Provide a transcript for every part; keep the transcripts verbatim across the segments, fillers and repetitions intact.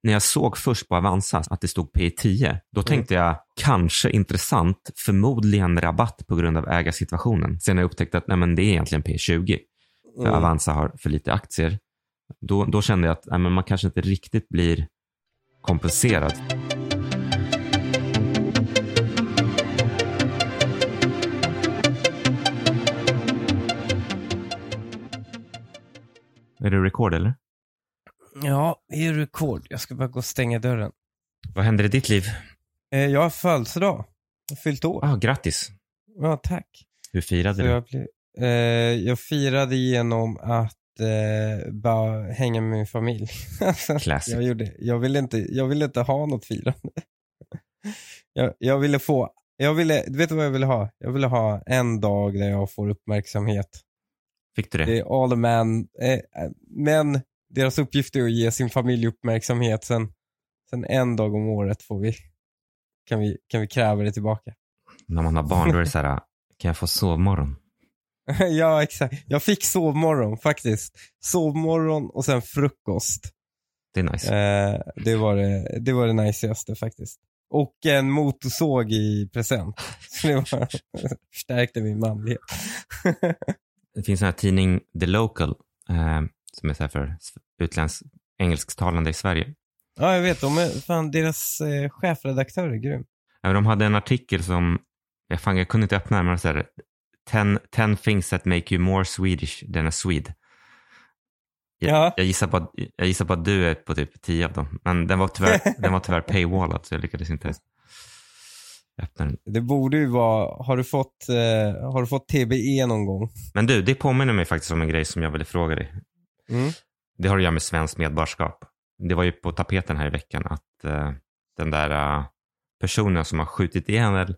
när jag såg först på Avanza att det stod P tio, då tänkte mm. jag kanske intressant, förmodligen rabatt på grund av ägarsituationen. Sen har jag upptäckt att nej, men det är egentligen P tjugo. För mm. Avanza har för lite aktier. Då, då kände jag att nej, men man kanske inte riktigt blir kompenserad. Är det rekord eller? Ja, det är rekord. Jag ska bara gå och stänga dörren. Vad händer i ditt liv? Eh, jag har födelsedag. Jag har fyllt år. Ah, grattis. Ja, tack. Hur firade Så du? Jag, blev, eh, jag firade genom att eh, bara hänga med min familj. Classic. jag, gjorde, jag, ville inte, jag ville inte ha något firande. jag, jag ville få... Jag ville, du vet vad jag ville ha? Jag ville ha en dag där jag får uppmärksamhet. Fick du det? Det är all the man. Eh, men deras uppgift är att ge sin familj uppmärksamhet. Sen, sen en dag om året får vi, kan, vi, kan vi kräva det tillbaka. När man har barn då är det så här, kan jag få sovmorgon? Ja, exakt. Jag fick sovmorgon faktiskt. Sovmorgon och sen frukost. Det är nice. Eh, det, var det, det var det najsigaste faktiskt. Och en motorsåg i present. Så det var, förstärkte min manlighet. Det finns en här tidning, The Local, eh, som är så här för utländsk engelsktalande i Sverige. Ja, jag vet. De är, fan, deras eh, chefredaktör är grym. Ja, de hade en artikel som, jag, fan, jag kunde inte öppna den, men så här, ten, ten things that make you more Swedish than a Swede. Jag, ja. jag, gissar på att, jag gissar på att du är på typ tio av dem. Men den var tyvärr, den var tyvärr paywallad, så jag lyckades inte öppna den. Det borde ju vara, har du fått, eh, har du fått T B E någon gång? Men du, det påminner mig faktiskt om en grej som jag ville fråga dig. Mm. Det har att göra med svensk medborgarskap. Det var ju på tapeten här i veckan att uh, den där uh, personen som har skjutit ihjäl, uh,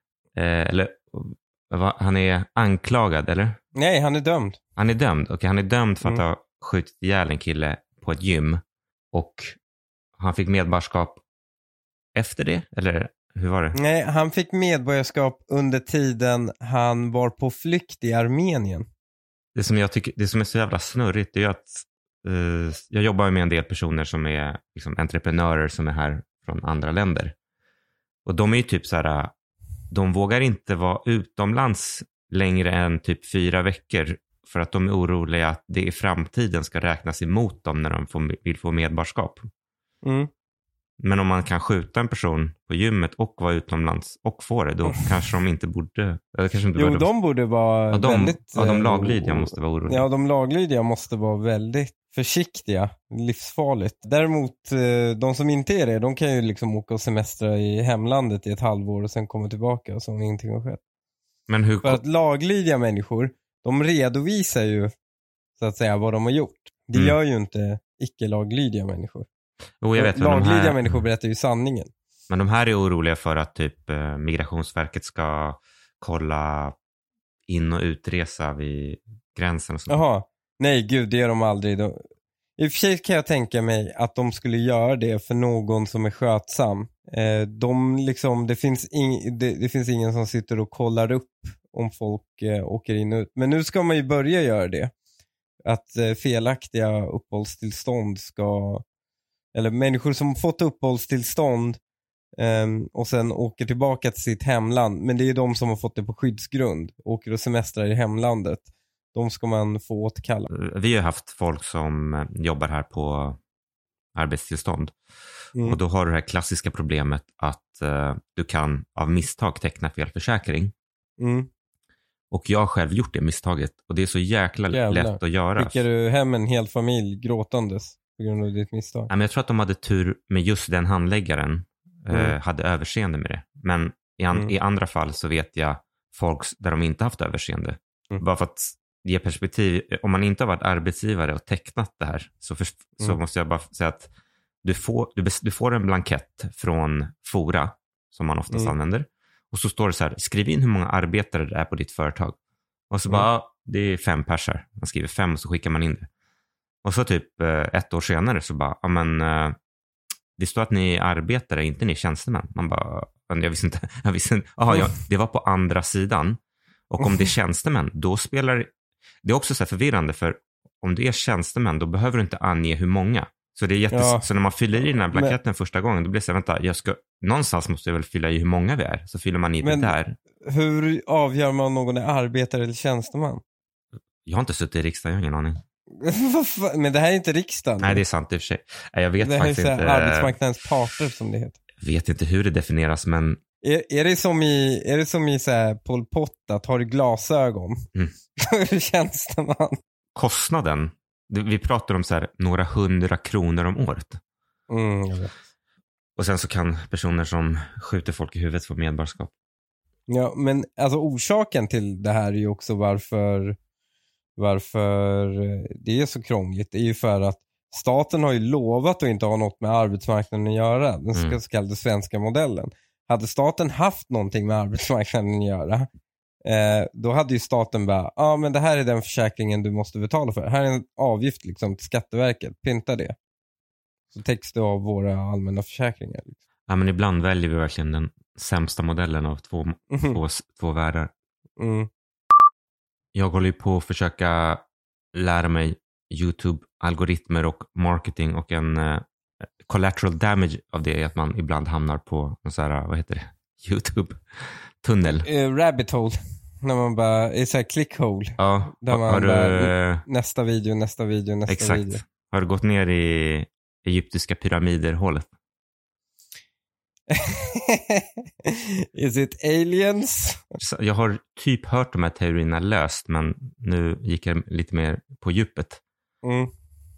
eller uh, han är anklagad, eller? Nej, han är dömd. Han är dömd, okej, okay, han är dömd för mm. att ha skjutit ihjäl en kille på ett gym. Och han fick medborgarskap efter det, eller hur var det? Nej, han fick medborgarskap under tiden han var på flykt i Armenien. Det som jag tycker, det som är så jävla snurrigt, det är att uh, jag jobbar med en del personer som är liksom entreprenörer som är här från andra länder. Och de är ju typ så här, de vågar inte vara utomlands längre än typ fyra veckor för att de är oroliga att det i framtiden ska räknas emot dem när de får, vill få medborgarskap. Mm. Men om man kan skjuta en person på gymmet och vara utomlands och få det, då kanske de inte borde... Eller kanske inte jo, borde, de borde vara ja, de, väldigt... Ja, de laglydiga måste vara oroliga. Ja, de laglydiga måste vara väldigt försiktiga. Livsfarligt. Däremot, de som inte är det, de kan ju liksom åka och semestra i hemlandet i ett halvår och sen komma tillbaka och som ingenting har skett. Men hur... För att laglydiga människor, de redovisar ju så att säga vad de har gjort. Det mm. gör ju inte icke-laglydiga människor. Oh, jag vet, laglydiga här... människor berättar ju sanningen. Men de här är oroliga för att typ eh, Migrationsverket ska kolla in- och utresa vid gränsen och så. Jaha, nej gud, det gör de aldrig. De... I och för sig kan jag tänka mig att de skulle göra det för någon som är skötsam. Eh, de liksom, det, finns ing... det, det finns ingen som sitter och kollar upp om folk eh, åker in och ut. Men nu ska man ju börja göra det. Att eh, felaktiga uppehållstillstånd ska... Eller människor som fått uppehållstillstånd um, och sen åker tillbaka till sitt hemland. Men det är de som har fått det på skyddsgrund. Åker och semestrar i hemlandet. De ska man få återkalla. Vi har haft folk som jobbar här på arbetstillstånd. Mm. Och då har du det här klassiska problemet att uh, du kan av misstag teckna fel försäkring. Mm. Och jag har själv gjort det misstaget. Och det är så jäkla Jävlar. lätt att göra. Skickar du hem en hel familj gråtandes på grund av ditt misstag? Ja, men jag tror att de hade tur med just den handläggaren. Mm. Eh, hade överseende med det. Men i, an- mm. i andra fall så vet jag folk där de inte haft överseende. Mm. Bara för att ge perspektiv. Om man inte har varit arbetsgivare och tecknat det här. Så, för, mm. så måste jag bara säga att du får, du, du får en blankett från Fora. Som man oftast mm. använder. Och så står det så här. Skriv in hur många arbetare det är på ditt företag. Och så mm. bara, det är fem personer. Man skriver fem och så skickar man in det. Och så typ eh, ett år senare så bara, ja men eh, det står att ni är arbetare, inte ni är tjänstemän. Man bara, jag visste inte, jag visste inte, aha, ja, det var på andra sidan. Och om det är tjänstemän, då spelar, det är också så här förvirrande för om det är tjänstemän, då behöver du inte ange hur många. Så, det är jättes... Ja. så när man fyller i den här blanketten men... första gången, då blir det så här, vänta, jag ska... någonstans måste jag väl fylla i hur många vi är. Så fyller man i men det där. Hur avgör man om någon är arbetare eller tjänsteman? Jag har inte suttit i riksdagen, jag har ingen aning. Men det här är inte riksdagen. Nej, det är sant i och för sig. Jag vet det faktiskt här är inte. Arbetsmarknadens parter som det heter. Jag vet inte hur det definieras, men... Är, är det som i, är det som i så här Pol Pot, att har du glasögon? Mm. Hur känns det man? Kostnaden, vi pratar om så här några hundra kronor om året. Mm, jag vet. Och sen så kan personer som skjuter folk i huvudet få medborgarskap. Ja, men alltså orsaken till det här är ju också varför varför det är så krångligt. Det är ju för att staten har ju lovat att inte ha något med arbetsmarknaden att göra. Den mm. så kallade svenska modellen. Hade staten haft någonting med arbetsmarknaden att göra, eh, då hade ju staten bara, ja ah, men det här är den försäkringen du måste betala för. Här är en avgift liksom till Skatteverket, pynta det. Så täcks det av våra allmänna försäkringar. Liksom. Ja, men ibland väljer vi verkligen den sämsta modellen av två, mm. två, två världar. Mm. Jag håller ju på att försöka lära mig YouTube-algoritmer och marketing, och en uh, collateral damage av det är att man ibland hamnar på en så här, vad heter det? YouTube-tunnel. Uh, rabbit hole. När man bara, är så här clickhole. Ja. Där man har du, bara, nästa video, nästa video, nästa exakt. video. Har du gått ner i egyptiska pyramider-hålet? Is it aliens? Jag har typ hört de här teorierna löst, men nu gick jag lite mer på djupet. Mm.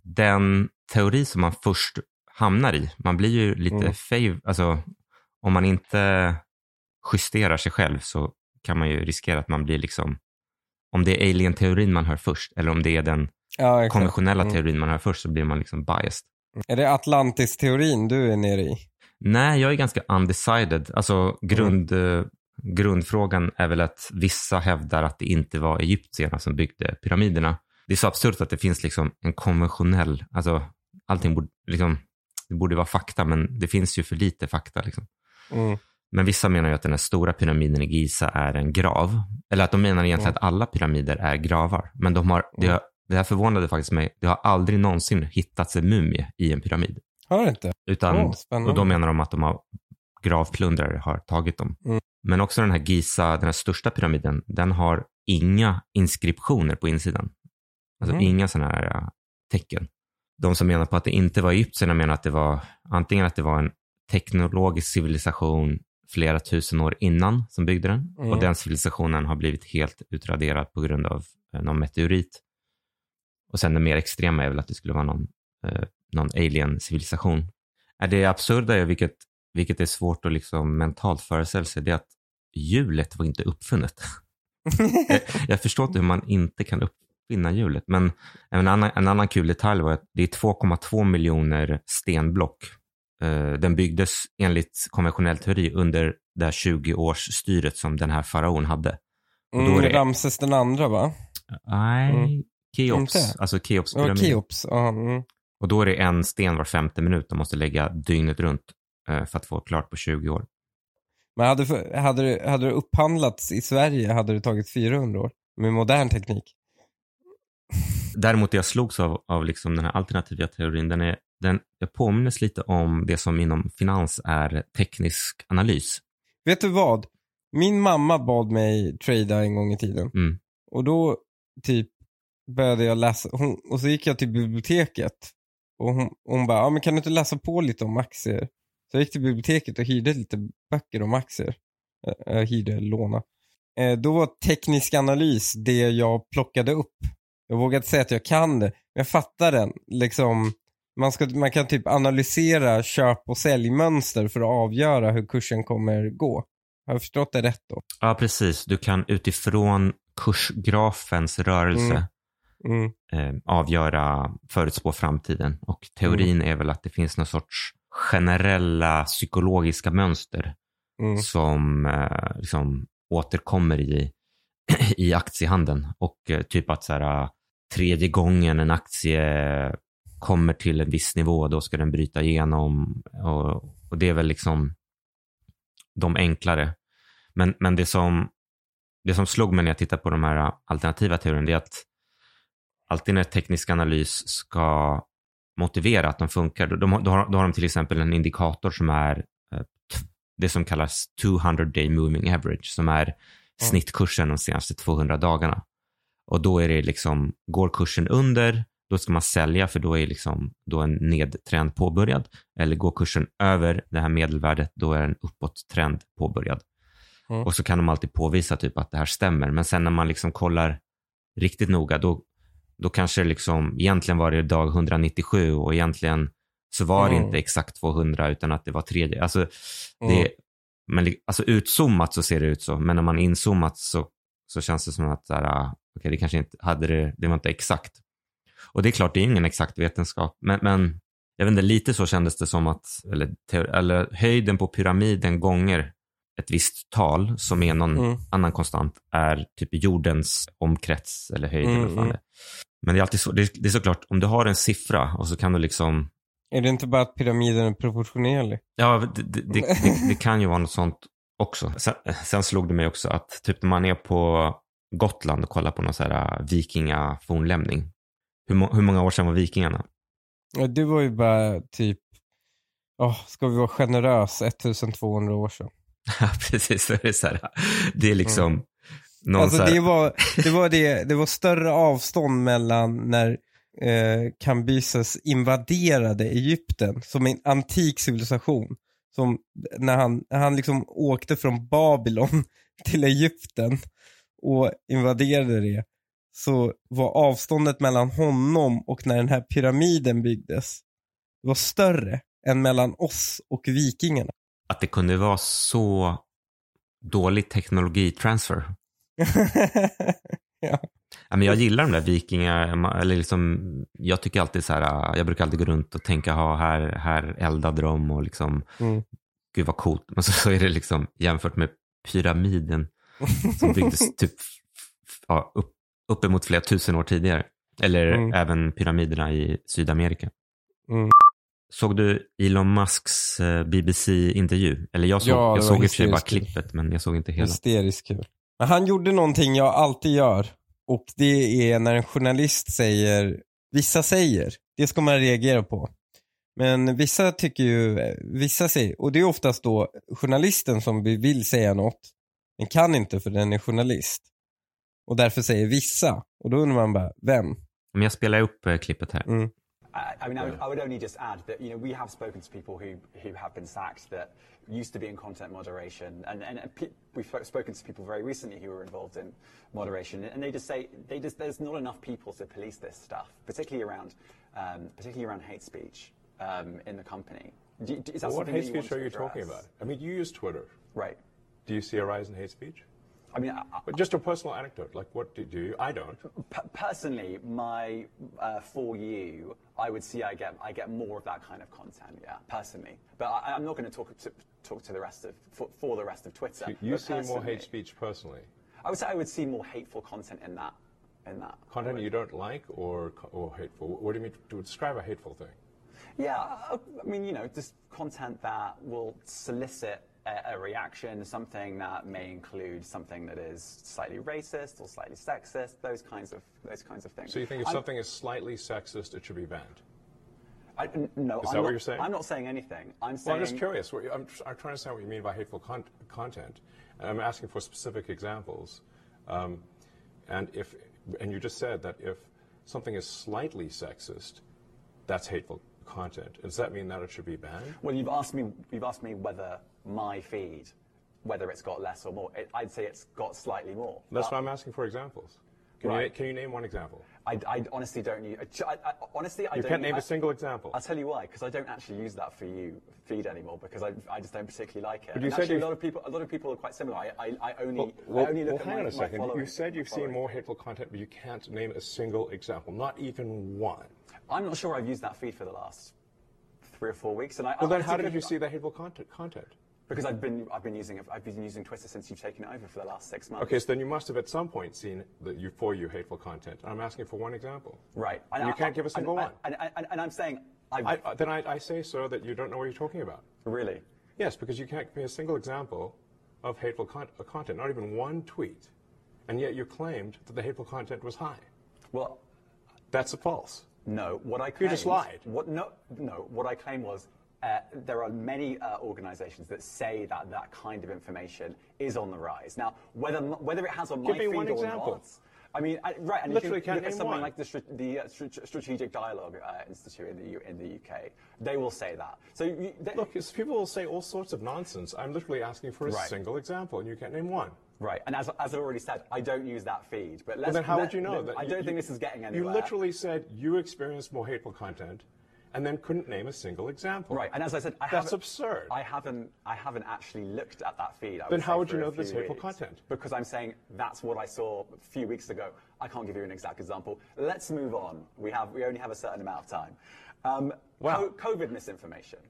Den teori som man först hamnar i, man blir ju lite mm. fav, alltså om man inte justerar sig själv så kan man ju riskera att man blir liksom, om det är alien-teorin man hör först, eller om det är den ja, konventionella mm. teorin man hör först, så blir man liksom biased. Är det Atlantis-teorin du är nere i? Nej, jag är ganska undecided. Alltså grund, mm. grundfrågan är väl att vissa hävdar att det inte var egyptierna som byggde pyramiderna. Det är så absurt att det finns liksom en konventionell, alltså allting borde, liksom, det borde vara fakta, men det finns ju för lite fakta liksom. Mm. Men vissa menar ju att den här stora pyramiden i Giza är en grav. Eller att de menar egentligen mm. att alla pyramider är gravar. Men de har, det, har, det här förvånade faktiskt mig, det har aldrig någonsin hittats en mumie i en pyramid. Har det inte? Utan, oh, och då menar de att de har gravplundrare har tagit dem. Mm. Men också den här Giza, den här största pyramiden, den har inga inskriptioner på insidan. Alltså mm. inga sådana här uh, tecken. De som menar på att det inte var egyptierna menar att det var antingen att det var en teknologisk civilisation flera tusen år innan som byggde den. Mm. Och den civilisationen har blivit helt utraderad på grund av uh, någon meteorit. Och sen det mer extrema är väl att det skulle vara någon uh, någon alien-civilisation. Det absurda är, vilket, vilket är svårt att liksom mentalt föreställa sig, det är att hjulet var inte uppfunnet. jag, jag förstår inte hur man inte kan uppfinna hjulet, men en annan, en annan kul detalj var att det är två komma två miljoner stenblock. Uh, den byggdes enligt konventionell teori under det här tjugo års styret som den här faraon hade. Och då mm, är det... Ramses den andra, va? Nej, mm. Keops. Inte. Alltså Keops pyramid. Oh, Keops, uh, mm. Och då är det en sten var femte minut de måste lägga dygnet runt eh, för att få klart på tjugo år. Men hade, hade, det, hade det upphandlats i Sverige hade det tagit fyrahundra år med modern teknik. Däremot jag slogs av, av liksom den här alternativa teorin. Den är, den, jag påminner lite om det som inom finans är teknisk analys. Vet du vad? Min mamma bad mig trada en gång i tiden. Mm. Och då typ började jag läsa. Hon, och så gick jag till biblioteket. Och hon, hon bara, ja men kan du inte läsa på lite om aktier? Så jag gick till biblioteket och hyrde lite böcker om aktier. Jag hyrde, låna. Då var teknisk analys det jag plockade upp. Jag vågade säga att jag kan det. Men jag fattar den. Liksom, man, ska, man kan typ analysera köp- och säljmönster för att avgöra hur kursen kommer gå. Har jag förstått det rätt då? Ja, precis. Du kan utifrån kursgrafens rörelse mm. Mm. Eh, avgöra, förutspå framtiden. Och teorin mm. är väl att det finns någon sorts generella psykologiska mönster mm. som eh, liksom återkommer i, i aktiehandeln. Och eh, typ att så här, tredje gången en aktie kommer till en viss nivå, då ska den bryta igenom. Och, och det är väl liksom de enklare. Men, men det som det som slog mig när jag tittar på de här alternativa teorierna, det är att alltid när teknisk analys ska motivera att de funkar, då, då, då, har, då har de till exempel en indikator som är eh, t- det som kallas two-hundred day moving average, som är mm. snittkursen de senaste tvåhundra dagarna. Och då är det liksom, går kursen under, då ska man sälja, för då är liksom då en nedtrend påbörjad. Eller går kursen över det här medelvärdet, då är en uppåttrend påbörjad. Mm. Och så kan de alltid påvisa typ att det här stämmer. Men sen när man liksom kollar riktigt noga, då, då kanske liksom, egentligen var det dag etthundranittiosju och egentligen så var det mm. inte exakt tvåhundra utan att det var tredje. Alltså, det, mm. men, alltså utzoomat så ser det ut så, men när man inzoomat så, så känns det som att så här, okay, det kanske inte hade det, det var inte exakt. Och det är klart, det är ingen exakt vetenskap, men, men jag vet inte, lite så kändes det som att, eller, eller höjden på pyramiden gånger ett visst tal som är någon mm. annan konstant är typ jordens omkrets eller höjd. Mm, eller vad det. Men det är alltid så, det är, det är såklart, om du har en siffra och så kan du liksom... Är det inte bara att pyramiden är proportionerlig? Ja, det, det, det, det, det kan ju vara något sånt också. Sen, sen slog det mig också att typ när man är på Gotland och kollar på någon så här vikingafornlämning. Hur, hur många år sedan var vikingarna? Ja, det var ju bara typ, oh, ska vi vara generös, ettusentvåhundra år sedan. Ja, precis. Det är, så här, det är liksom... Mm. Någon alltså så här... det, var, det, var det, det var större avstånd mellan när eh, Cambyses invaderade Egypten som en antik civilisation. Som när han, när han liksom åkte från Babylon till Egypten och invaderade det, så var avståndet mellan honom och när den här pyramiden byggdes var större än mellan oss och vikingarna. Att det kunde vara så dålig teknologitransfer. Ja. Ja, men jag gillar de där vikingar, eller liksom, jag tycker alltid så här, jag brukar alltid gå runt och tänka, ha här, här eldade de och liksom, mm. gud vad coolt. Men så, så är det liksom jämfört med pyramiden som byggdes typ ja, upp, uppemot flera tusen år tidigare. Eller mm. även pyramiderna i Sydamerika. Mm. Såg du Elon Musks B B C-intervju? Eller jag såg, ja, jag såg i och för sig bara klippet, men jag såg inte hela. Hysteriskt kul. Men han gjorde någonting jag alltid gör. Och det är när en journalist säger, vissa säger, det ska man reagera på. Men vissa tycker ju, vissa säger, och det är oftast då journalisten som vill säga något, men kan inte för den är journalist. Och därför säger vissa. Och då undrar man bara, vem? Men jag spelar upp uh, klippet här. Mm. I, I mean, I would, I would only just add that, you know, we have spoken to people who, who have been sacked that used to be in content moderation, and, and pe- we've spoken to people very recently who were involved in moderation, and they just say they just, there's not enough people to police this stuff, particularly around, um, particularly around hate speech um, in the company. Do, do, is that well, what hate you speech are you address? talking about? I mean, you use Twitter. Right. Do you see a rise in hate speech? I mean, I, but just a personal anecdote, like what do, do you? I don't. P- personally, my uh, for you, I would see I get I get more of that kind of content. Yeah, personally, but I, I'm not going to talk to talk to the rest of for, for the rest of Twitter. So you see more hate speech personally? I would say I would see more hateful content in that in that content already. You don't like or or hateful. What do you mean to describe a hateful thing? Yeah, I, I mean, you know, just content that will solicit a reaction, something that may include something that is slightly racist or slightly sexist, those kinds of those kinds of things. So you think if I'm, something is slightly sexist, it should be banned? I, no, is I'm that not, what you're saying? I'm not saying anything. I'm saying. Well, I'm just curious. I'm, I'm trying to understand what you mean by hateful con- content, and I'm asking for specific examples. Um, and if, and you just said that if something is slightly sexist, that's hateful content. Does that mean that it should be banned? Well, you've asked me. You've asked me whether my feed, whether it's got less or more. It, I'd say it's got slightly more. That's but, why I'm asking for examples. Can, right. you, can you name one example? I, I honestly don't use. I, I, honestly, I you don't. can't name I, a single example. I'll tell you why. Because I don't actually use that for you feed anymore. Because I, I just don't particularly like it. But you and said actually, a lot of people, a lot of people are quite similar. I, I, I only, well, well, I only look well, at hang my, on a second. my You said you've seen more hateful content, but you can't name a single example, not even one. I'm not sure I've used that feed for the last three or four weeks. And I, well, I then how did you see that hateful content? Content. Because I've been I've been using I've been using Twitter since you've taken it over for the last six months. Okay, so then you must have at some point seen the you for you hateful content. I'm asking for one example. Right. And you I, can't I, give a single I, one. And, and, and I'm saying I've I, uh, then I, I say, sir, that you don't know what you're talking about. Really? Yes, because you can't give me a single example of hateful con- content, not even one tweet, and yet you claimed that the hateful content was high. Well, that's false. No, what I claimed... You just lied. What, no, no, what I claimed was uh, there are many uh, organizations that say that that kind of information is on the rise. Now, whether whether it has on my Give me feed one or example. not... I mean, I, right, and Literally if you can't look at name something one. like the, str- the uh, str- Strategic Dialogue uh, Institute in the, U- in the U K, they will say that. So you, they, Look, it's- people will say all sorts of nonsense. I'm literally asking for a Right. single example, and you can't name one. Right, and as, as I already said, I don't use that feed. But let's, Well, then how let, would you know? let, that I you- don't you- think this is getting anywhere. You literally said you experienced more hateful content, and then couldn't name a single example. Right, and as I said, I That's haven't, absurd. I haven't, I haven't actually looked at that feed. I Then would how say, would you for a know there's few hateful weeks. content? Because I'm saying that's what I saw a few weeks ago. I can't give you an exact example. Let's move on. We have, we only have a certain amount of time. Um, Wow. co- COVID misinformation.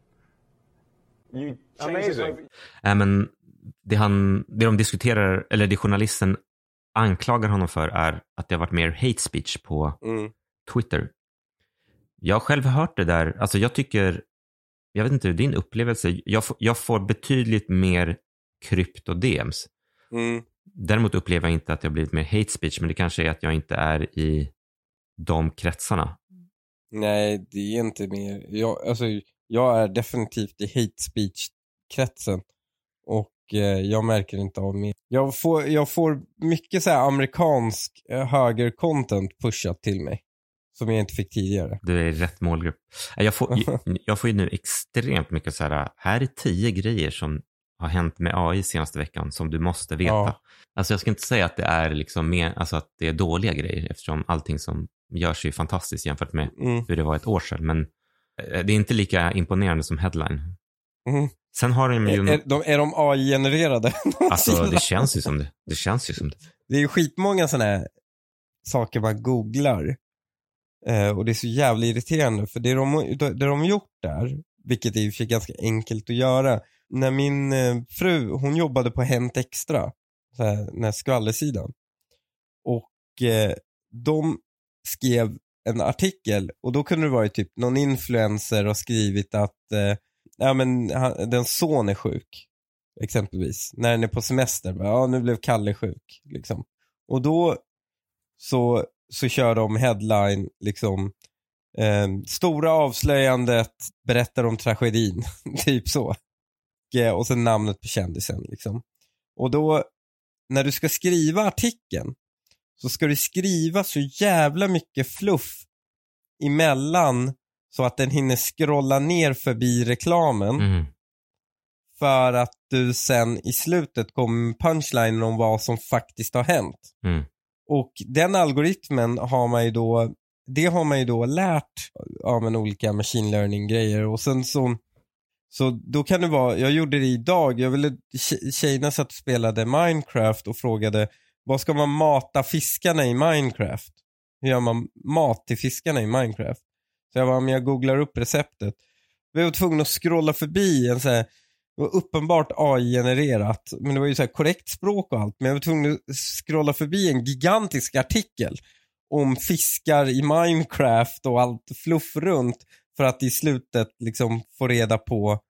You changed Amazing. the COVID- Äh, men det, han, det de diskuterar, eller det journalisten anklagar honom för är att det har varit mer hate speech på Mm. Twitter. Jag har själv hört det där. Alltså jag tycker, jag vet inte hur din upplevelse, jag, får- jag får betydligt mer krypto-D Ms. Mm. Däremot upplever jag inte att jag har blivit mer hate speech, men det kanske är att jag inte är i de kretsarna. Nej, det är inte mer. Jag, alltså, jag är definitivt i hate speech-kretsen. Och eh, jag märker inte av mer. Jag får, jag får mycket så här amerikansk eh, höger-content pushat till mig. Som jag inte fick tidigare. Du är i rätt målgrupp. Jag får, jag får ju nu extremt mycket så här, här är tio grejer som har hänt med A I senaste veckan som du måste veta. Ja. Alltså jag ska inte säga att det är liksom mer, alltså att det är dåliga grejer, eftersom allting som görs är fantastiskt jämfört med Mm. hur det var ett år sedan. Men eh, det är inte lika imponerande som headline. Mm. Sen har de ju... Är, är, de, är de A I-genererade? Alltså det känns ju som det. Det känns ju som det. Det är ju skitmånga sådana här saker man googlar. Eh, och det är så jävla irriterande. För det de, det de gjort där, vilket är i och för sig ganska enkelt att göra. När min eh, fru, hon jobbade på Hänt Extra. Så här, den här skvallersidan. Och eh, de skrev en artikel. Och då kunde det vara typ någon influencer och skrivit att eh, ja, men, han, den son är sjuk. Exempelvis. När den är på semester. Ja, nu blev Kalle sjuk. Liksom. Och då så, så kör de headline liksom eh, stora avslöjandet berättar om tragedin. Typ så. Och, och sen namnet på kändisen. Liksom. Och då när du ska skriva artikeln så ska du skriva så jävla mycket fluff emellan så att den hinner scrolla ner förbi reklamen. Mm. För att du sen i slutet kommer med punchlinen om vad som faktiskt har hänt. Mm. Och den algoritmen har man ju då, det har man ju då lärt av en olika machine learning grejer. Och sen så, så då kan det vara, jag gjorde det idag, jag ville, tjejerna satt och spelade Minecraft och frågade, vad ska man mata fiskarna i Minecraft? Hur gör man mat till fiskarna i Minecraft? Så jag var med, jag googlar upp receptet. Vi var tvungna att scrolla förbi en så här, det var uppenbart A I-genererat, men det var ju så här korrekt språk och allt. Men jag var tvungen att scrolla förbi en gigantisk artikel om fiskar i Minecraft och allt fluff runt för att i slutet liksom få reda på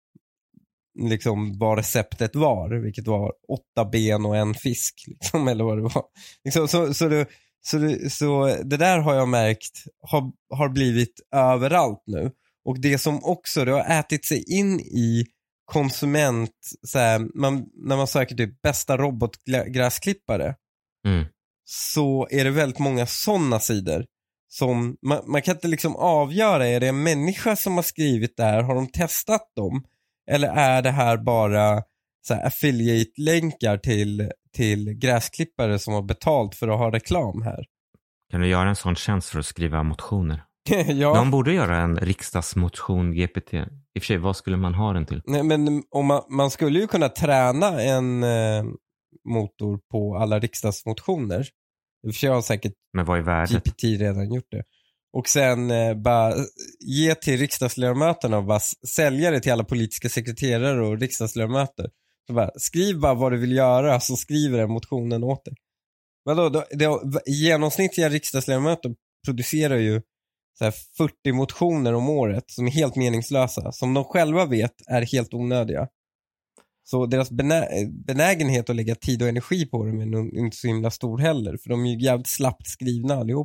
liksom vad receptet var, vilket var åtta ben och en fisk liksom, eller vad det var. Liksom, så, så, det, så, det, så det där har jag märkt har, har blivit överallt nu. Och det som också, det har ätit sig in i konsument, så här, man, när man söker typ bästa robotgräsklippare Mm. så är det väldigt många sådana sidor som man, man kan inte liksom avgöra, är det en människa som har skrivit det här, har de testat dem eller är det här bara så här affiliate-länkar till, till gräsklippare som har betalt för att ha reklam här. Kan du göra en sån tjänst för att skriva motioner? Ja. De borde göra en riksdagsmotion G P T. I och för sig, vad skulle man ha den till? Nej, men om man, man skulle ju kunna träna en eh, motor på alla riksdagsmotioner. I och för sig har säkert Men vad är värdet? G P T redan gjort det. Och sen eh, bara ge till riksdagsledamöterna och bara sälja det till alla politiska sekreterare och riksdagsledamöter. Så bara, skriv bara vad du vill göra så skriver den motionen åt dig. Men då, då, det, genomsnittliga riksdagsledamöter producerar ju så här fyrtio motioner om året som är helt meningslösa. Som de själva vet är helt onödiga. Så deras benä- benägenhet att lägga tid och energi på dem är nog inte så himla stor heller. För de är ju jävligt slappt skrivna allihopa.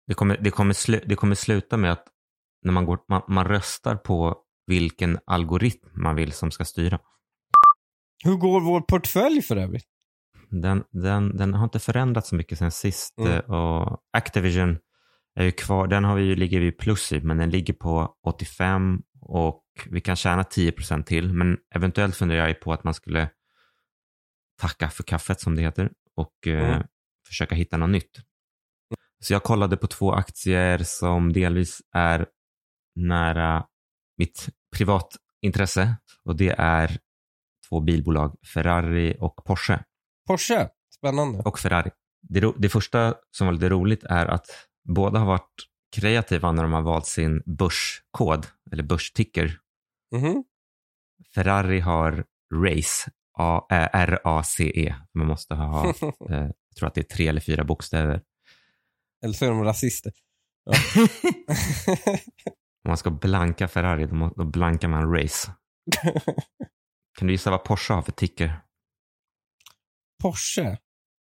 Det kommer, det kommer, slu, det kommer sluta med att när man, går, man, man röstar på vilken algoritm man vill som ska styra. Hur går vår portfölj för övrigt? Den, den, den har inte förändrats så mycket sen sist. Mm. Och Activision är ju kvar. Den har vi ju, ligger vi plus i, men den ligger på åttiofem och vi kan tjäna tio procent till. Men eventuellt funderar jag på att man skulle tacka för kaffet som det heter och mm. eh, försöka hitta något nytt. Så jag kollade på två aktier som delvis är nära mitt privatintresse och det är två bilbolag, Ferrari och Porsche. Porsche, spännande. Och Ferrari. Det, ro- det första som var lite roligt är att båda har varit kreativa när de har valt sin börskod eller börsticker. Mm-hmm. Ferrari har RACE, A- äh, R A C E. Man måste ha, eh, jag tror att det är tre eller fyra bokstäver. Eller så är de rasister. Ja. Om man ska blanka Ferrari, då, må- då blankar man RACE. Kan du gissa vad Porsche har för ticker? Porsche?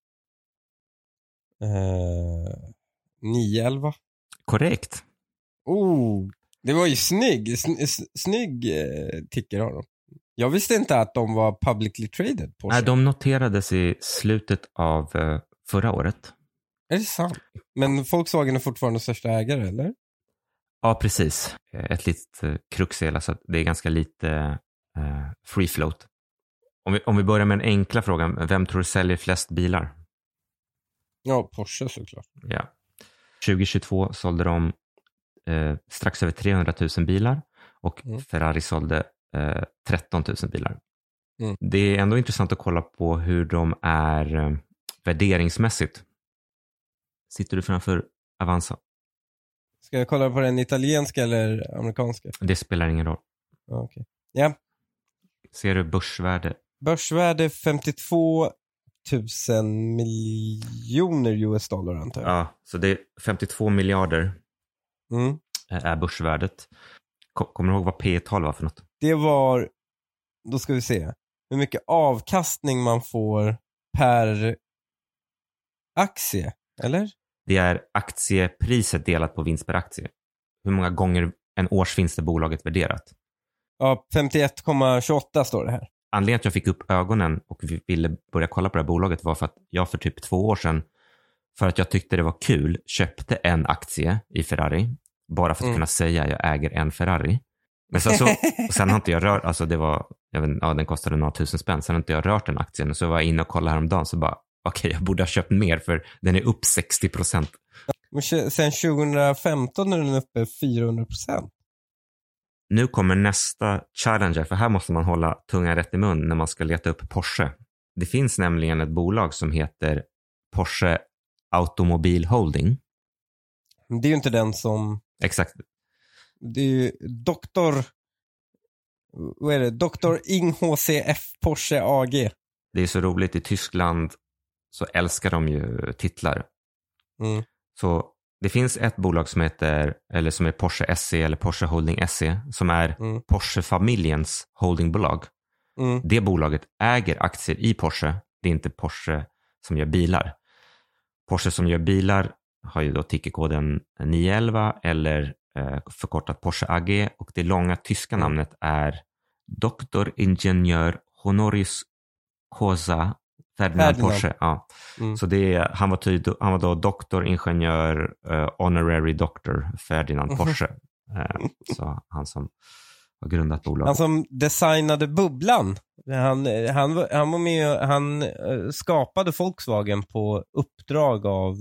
Eh, nio elva. Korrekt. Oh, det var ju snygg. Sn- s- snygg eh, ticker har de. Jag visste inte att de var publicly traded, Porsche. Nej, de noterades i slutet av eh, förra året. Är det sant? Men Volkswagen är fortfarande största ägare, eller? Ja, precis. Ett litet eh, krux är så att det är ganska lite eh, free float. Om vi, om vi börjar med den enkla frågan, vem tror du säljer flest bilar? Ja, Porsche såklart. Ja. tjugohundratjugotvå sålde de eh, strax över trehundratusen bilar och Mm. Ferrari sålde eh, tretton tusen bilar. Mm. Det är ändå intressant att kolla på hur de är eh, värderingsmässigt. Sitter du framför Avanza? Ska jag kolla på den italienska eller amerikanska? Det spelar ingen roll. Ja, okej. Ja. Ser du börsvärde? Börsvärde femtiotvå tusen miljoner U S dollar antar jag. Ja, så det är femtiotvå miljarder Mm. är börsvärdet. Ko- Kommer du ihåg vad P E-tal var för något? Det var, då ska vi se, hur mycket avkastning man får per aktie, eller? Det är aktiepriset delat på vinst per aktie. Hur många gånger en årsvinst är bolaget värderat? Ja, femtioett komma tjugoåtta står det här. Anledningen att jag fick upp ögonen och vi ville börja kolla på det här bolaget var för att jag för typ två år sedan, för att jag tyckte det var kul, köpte en aktie i Ferrari. Bara för att Mm. kunna säga jag äger en Ferrari. Men sen, så, sen har inte jag rört, alltså det var, jag vet, ja, den kostade några tusen spänn. Sen har inte jag rört den aktien. Så var jag inne och kollade häromdagen så bara, okej, okay, jag borde ha köpt mer för den är upp sextio procent. Men sen tjugohundrafemton är den uppe fyrahundra procent. Nu kommer nästa challenger, för här måste man hålla tungan rätt i mun när man ska leta upp Porsche. Det finns nämligen ett bolag som heter Porsche Automobil Holding. Det är ju inte den som, Exakt. det är ju doktor, vad är det? doktor Ing H C F Porsche A G. Det är så roligt, i Tyskland så älskar de ju titlar. Mm. Så det finns ett bolag som heter, eller som är Porsche S C eller Porsche Holding S C, som är Mm. Porsche-familjens holdingbolag. Mm. Det bolaget äger aktier i Porsche. Det är inte Porsche som gör bilar. Porsche som gör bilar har ju då tickerkoden nio elva eller eh, förkortat Porsche A G, och det långa tyska Mm. namnet är doktor Ingenieur Honoris Causa Ferdinand Ferdinand. Porsche. Ja. Mm. Så det är, han, var tyd, han var då doktor, ingenjör, eh, honorary doctor Ferdinand Porsche. Eh, så han som har grundat bolaget. Han som designade bubblan. Han, han, var- han var med och- han eh, skapade Volkswagen på uppdrag av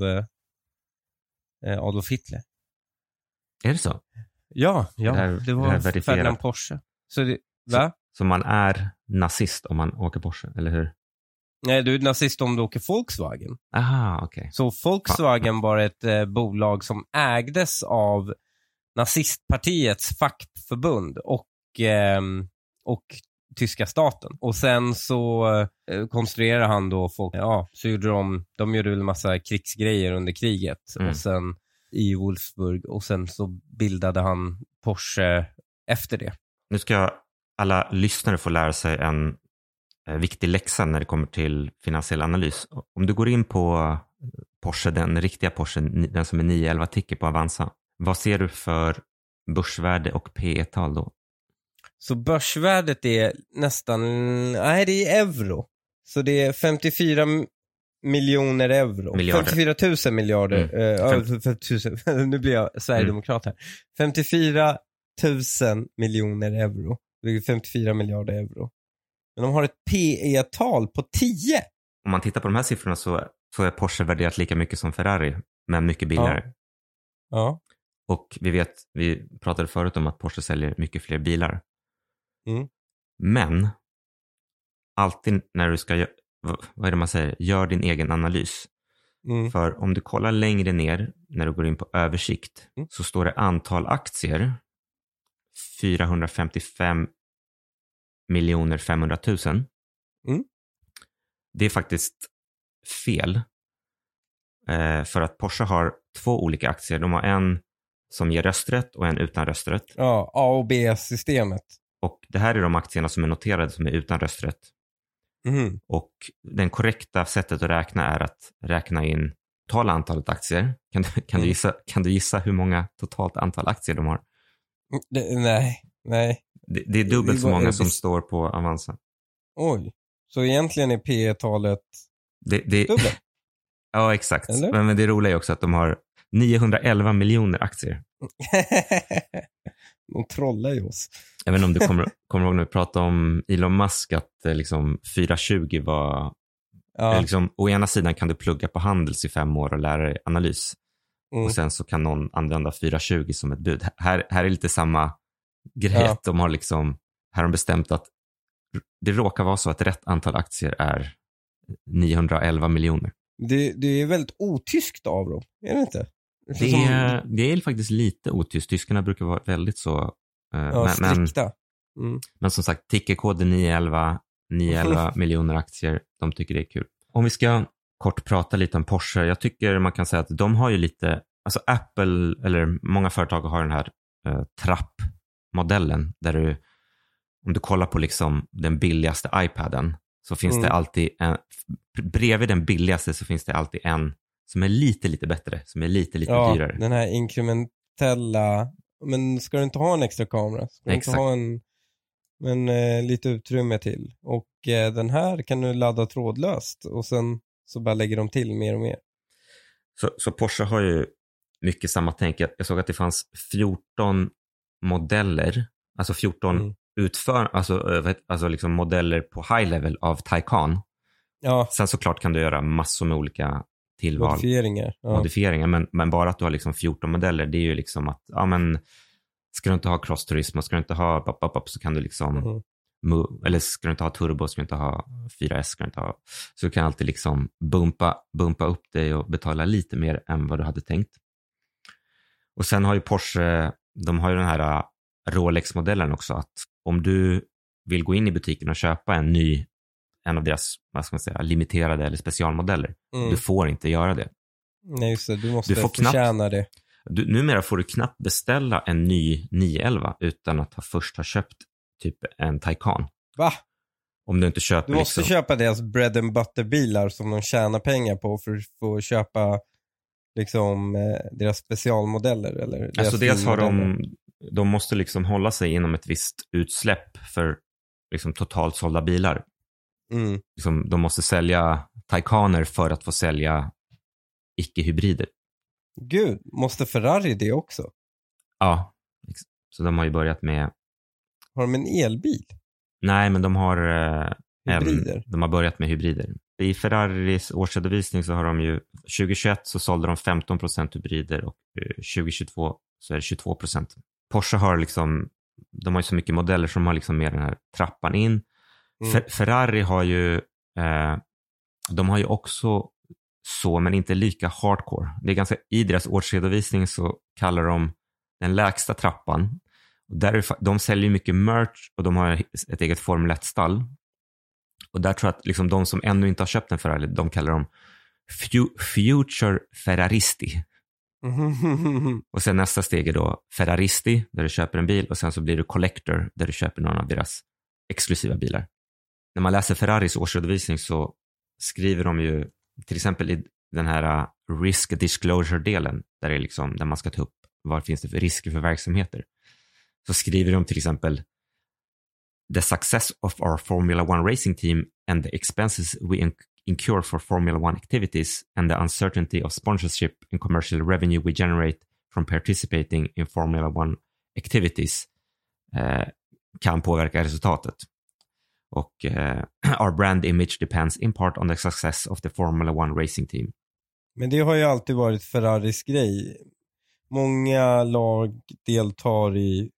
eh, Adolf Hitler. Är det så? Ja, ja Det här- det, det här var är verifierat. Ferdinand Porsche. Så det, va? Så man är nazist om man åker Porsche, eller hur? Nej, du är nazist om du åker Volkswagen. Aha, okej. Okay. Så Volkswagen var ett eh, bolag som ägdes av nazistpartiets fackförbund och, ehm, och tyska staten. Och sen så eh, konstruerade han då folk, ja, så gjorde de, de gjorde en massa krigsgrejer under kriget Mm. och sen i Wolfsburg, och sen så bildade han Porsche efter det. Nu ska alla lyssnare få lära sig en eh, viktig läxa när det kommer till finansiell analys. Om du går in på Porsche, den riktiga Porsche, den som är nio elva ticker på Avanza. Vad ser du för börsvärde och P E-tal då? Så börsvärdet är nästan, nej det är euro. Så det är femtiofyra miljoner euro. Miljarder. femtiofyra tusen miljarder. Mm. Äh, Fem... tusen. Nu blir jag sverigedemokrat här. femtiofyra tusen miljoner euro. Det är femtiofyra miljarder euro. Men de har ett P E-tal på tio. Om man tittar på de här siffrorna så, så är Porsche värderat lika mycket som Ferrari, men mycket billigare. Ja. Ja. Och vi vet, vi pratade förut om att Porsche säljer mycket fler bilar. Mm. Men alltid när du ska, vad är det man säger, gör din egen analys. Mm. För om du kollar längre ner när du går in på översikt Mm. så står det antal aktier fyrahundrafemtiofem miljoner femhundratusen. Mm. Det är faktiskt fel. Eh, för att Porsche har två olika aktier. De har en som ger rösträtt och en utan rösträtt. Ja, A och B-systemet. Och det här är de aktierna som är noterade som är utan rösträtt. Mm. Och den korrekta sättet att räkna är att räkna in totala antalet aktier. Kan du, kan Mm. du, gissa, kan du gissa hur många totalt antal aktier de har? Det, nej, nej. Det, det är dubbelt Det så var- många det- som står på Avanza. Oj. Så egentligen är P E-talet Det, det, dubbelt. ja, exakt. Eller? Men, men det roliga är också att de har niohundraelva miljoner aktier. De trollar ju oss. Jag vet inte om du kommer, kommer ihåg när vi pratade om Elon Musk att eh, liksom fyrahundratjugo var... Ja. eh, Liksom, å ena sidan kan du plugga på Handels i fem år och lära dig analys. Mm. Och sen så kan någon använda fyrahundratjugo som ett bud. Här, här är lite samma grej. Ja. Att de har liksom, här har de bestämt att det råkar vara så att rätt antal aktier är niohundraelva miljoner. Det, det är väldigt otyskt av dem, är det inte? Det Som- är, det är faktiskt lite otyst. Tyskarna brukar vara väldigt så... eh, ja, men, men, strikta. Mm. men som sagt, tickerkoden nio elva, nio elva miljoner aktier. De tycker det är kul. Om vi ska kort prata lite om Porsche. Jag tycker man kan säga att de har ju lite... Alltså Apple, eller många företag har den här eh, trappmodellen. Där du, om du kollar på liksom den billigaste iPaden så finns Mm. det alltid en... Bredvid den billigaste så finns det alltid en som är lite, lite bättre. Som är lite, lite Ja, dyrare. den här inkrementella. Men ska du inte ha en extra kamera? Ska du Exakt. inte ha en, men eh, lite utrymme till? Och eh, den här kan du ladda trådlöst. Och sen så bara lägger de till mer och mer. Så, så Porsche har ju mycket samma tänk. Jag, jag såg att det fanns fjorton modeller, alltså fjorton Mm. utför, alltså, äh, vet- alltså liksom modeller på high level av Taycan. Ja, Sen såklart kan du göra massor med olika tillval, modifieringar. Ja. modifieringar, men, men bara att du har liksom fjorton modeller, det är ju liksom att, ja men, ska du inte ha crossturism och ska du inte ha pop, pop, pop, så kan du liksom, Mhm. mo- eller ska du inte ha turbo, ska du inte ha fyra S, ska du inte ha, så du kan alltid liksom bumpa, bumpa upp dig och betala lite mer än vad du hade tänkt. Och sen har ju Porsche, de har ju den här uh, Rolex-modellen också, att om du vill gå in i butiken och köpa en ny, en av deras, vad ska man säga, limiterade eller specialmodeller, Mm. du får inte göra det. Nej, just det. Du måste Du får knappt- förtjäna det. Du, numera får du knappt beställa en ny nio elva utan att ha först ha köpt typ en Taycan. Va? Om du inte köper Du måste liksom... köpa deras bread and butter bilar som de tjänar pengar på för att få köpa liksom eh, deras specialmodeller eller deras Alltså dels har finmodeller. de, de måste liksom hålla sig inom ett visst utsläpp för liksom totalt sålda bilar. Mm. Liksom, de måste sälja Taycaner för att få sälja icke-hybrider. Gud, måste Ferrari det också? Ja, ex- så de har ju börjat med, Har de en elbil? nej men de har eh, Hybrider? även, de har börjat med hybrider. I Ferraris årsredovisning så har de ju, tjugohundratjugoett så sålde de femton procent hybrider och eh, tjugohundratjugotvå så är det tjugotvå procent. Porsche har liksom, de har ju så mycket modeller som har liksom med den här trappan in. Mm. Fer- Ferrari har ju, eh, de har ju också så, men inte lika hardcore. Det är ganska, i deras årsredovisning så kallar de den lägsta trappan. Och där är, fa- de säljer ju mycket merch och de har ett eget Formel ett-stall. Och där tror jag att liksom de som ännu inte har köpt en Ferrari, de kallar dem fu- Future Ferraristi. Och sen nästa steg är då Ferraristi, där du köper en bil, och sen så blir du Collector, där du köper någon av deras exklusiva bilar. När man läser Ferraris årsredovisning så skriver de ju, till exempel i den här risk disclosure-delen, där, det är liksom, där man ska ta upp vad finns det för risker för verksamheter. Så skriver de till exempel: The success of our Formula One racing team and the expenses we in- incur for Formula One activities and the uncertainty of sponsorship and commercial revenue we generate from participating in Formula One activities eh, kan påverka resultatet. Och eh, our brand image depends in part on the success of the Formula One racing team. Men det har ju alltid varit Ferraris grej. Många lag deltar i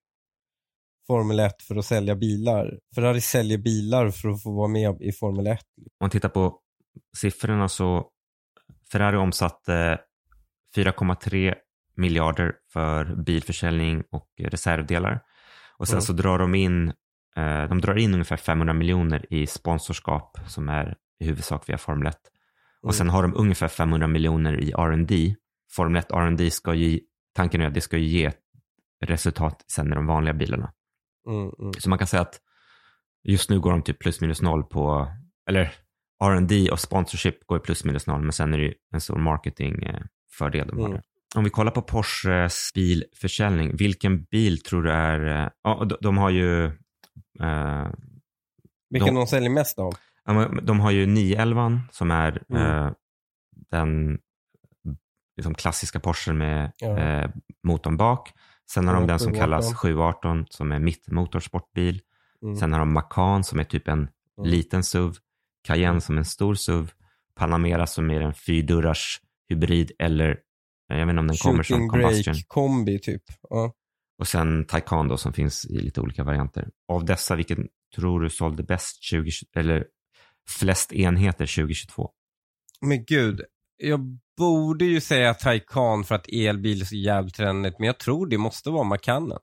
Formel ett för att sälja bilar. Ferrari säljer bilar för att få vara med i Formel ett. Om man tittar på siffrorna så Ferrari omsatte fyra komma tre miljarder för bilförsäljning och reservdelar. Och sen mm. så drar de in eh, de drar in ungefär femhundra miljoner i sponsorskap som är i huvudsak via Formel ett. Och mm. sen har de ungefär femhundra miljoner i R and D. Formel ett R and D ska ju, tanken är att det ska ju ge resultat sen i de vanliga bilarna. Mm, mm. Så man kan säga att just nu går de typ plus minus noll på, eller R and D och sponsorship går plus minus noll, men sen är det ju en stor marketingfördel de har. Mm. Om vi kollar på Porsches bilförsäljning, vilken bil tror du är, ja, de, de har ju eh, vilken de, de säljer mest av? De har ju nio elva som är mm. eh, den liksom klassiska Porsche med ja. eh, motorn bak. Sen har ja, de den som kallas sju arton som är mittmotorsportbil. Mm. Sen har de Macan som är typ en mm. liten S U V. Cayenne som är en stor S U V. Panamera som är en fyrdörrars hybrid eller jag vet inte om den Shooting kommer som combustion. Kombi typ. Ja. Och sen Taycan då som finns i lite olika varianter. Av dessa, vilken tror du sålde bäst tjugo eller flest enheter tjugo tjugotvå? Men gud, jag borde ju säga Taycan för att elbil är så jävligt trendigt, men jag tror det måste vara Macanen.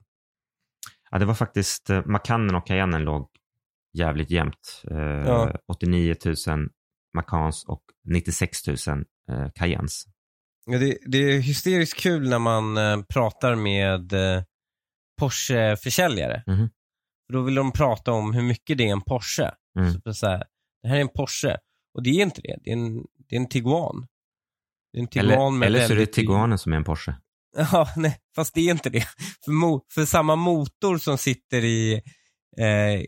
Ja, det var faktiskt uh, Macanen och Cayenne låg jävligt jämnt. Uh, ja. åttionio tusen Macans och nittiosex tusen uh, Cayennes. Ja, det, det är hysteriskt kul när man uh, pratar med uh, Porsche-försäljare. Mm-hmm. Då vill de prata om hur mycket det är en Porsche. Mm. Så, så här, det här är en Porsche. Och det är inte det. Det är en, det är en Tiguan. Det är en Tiguan eller med eller så är det Tiguanen som är en Porsche. Ja, nej. Fast det är inte det. För, mo- för samma motor som sitter i eh,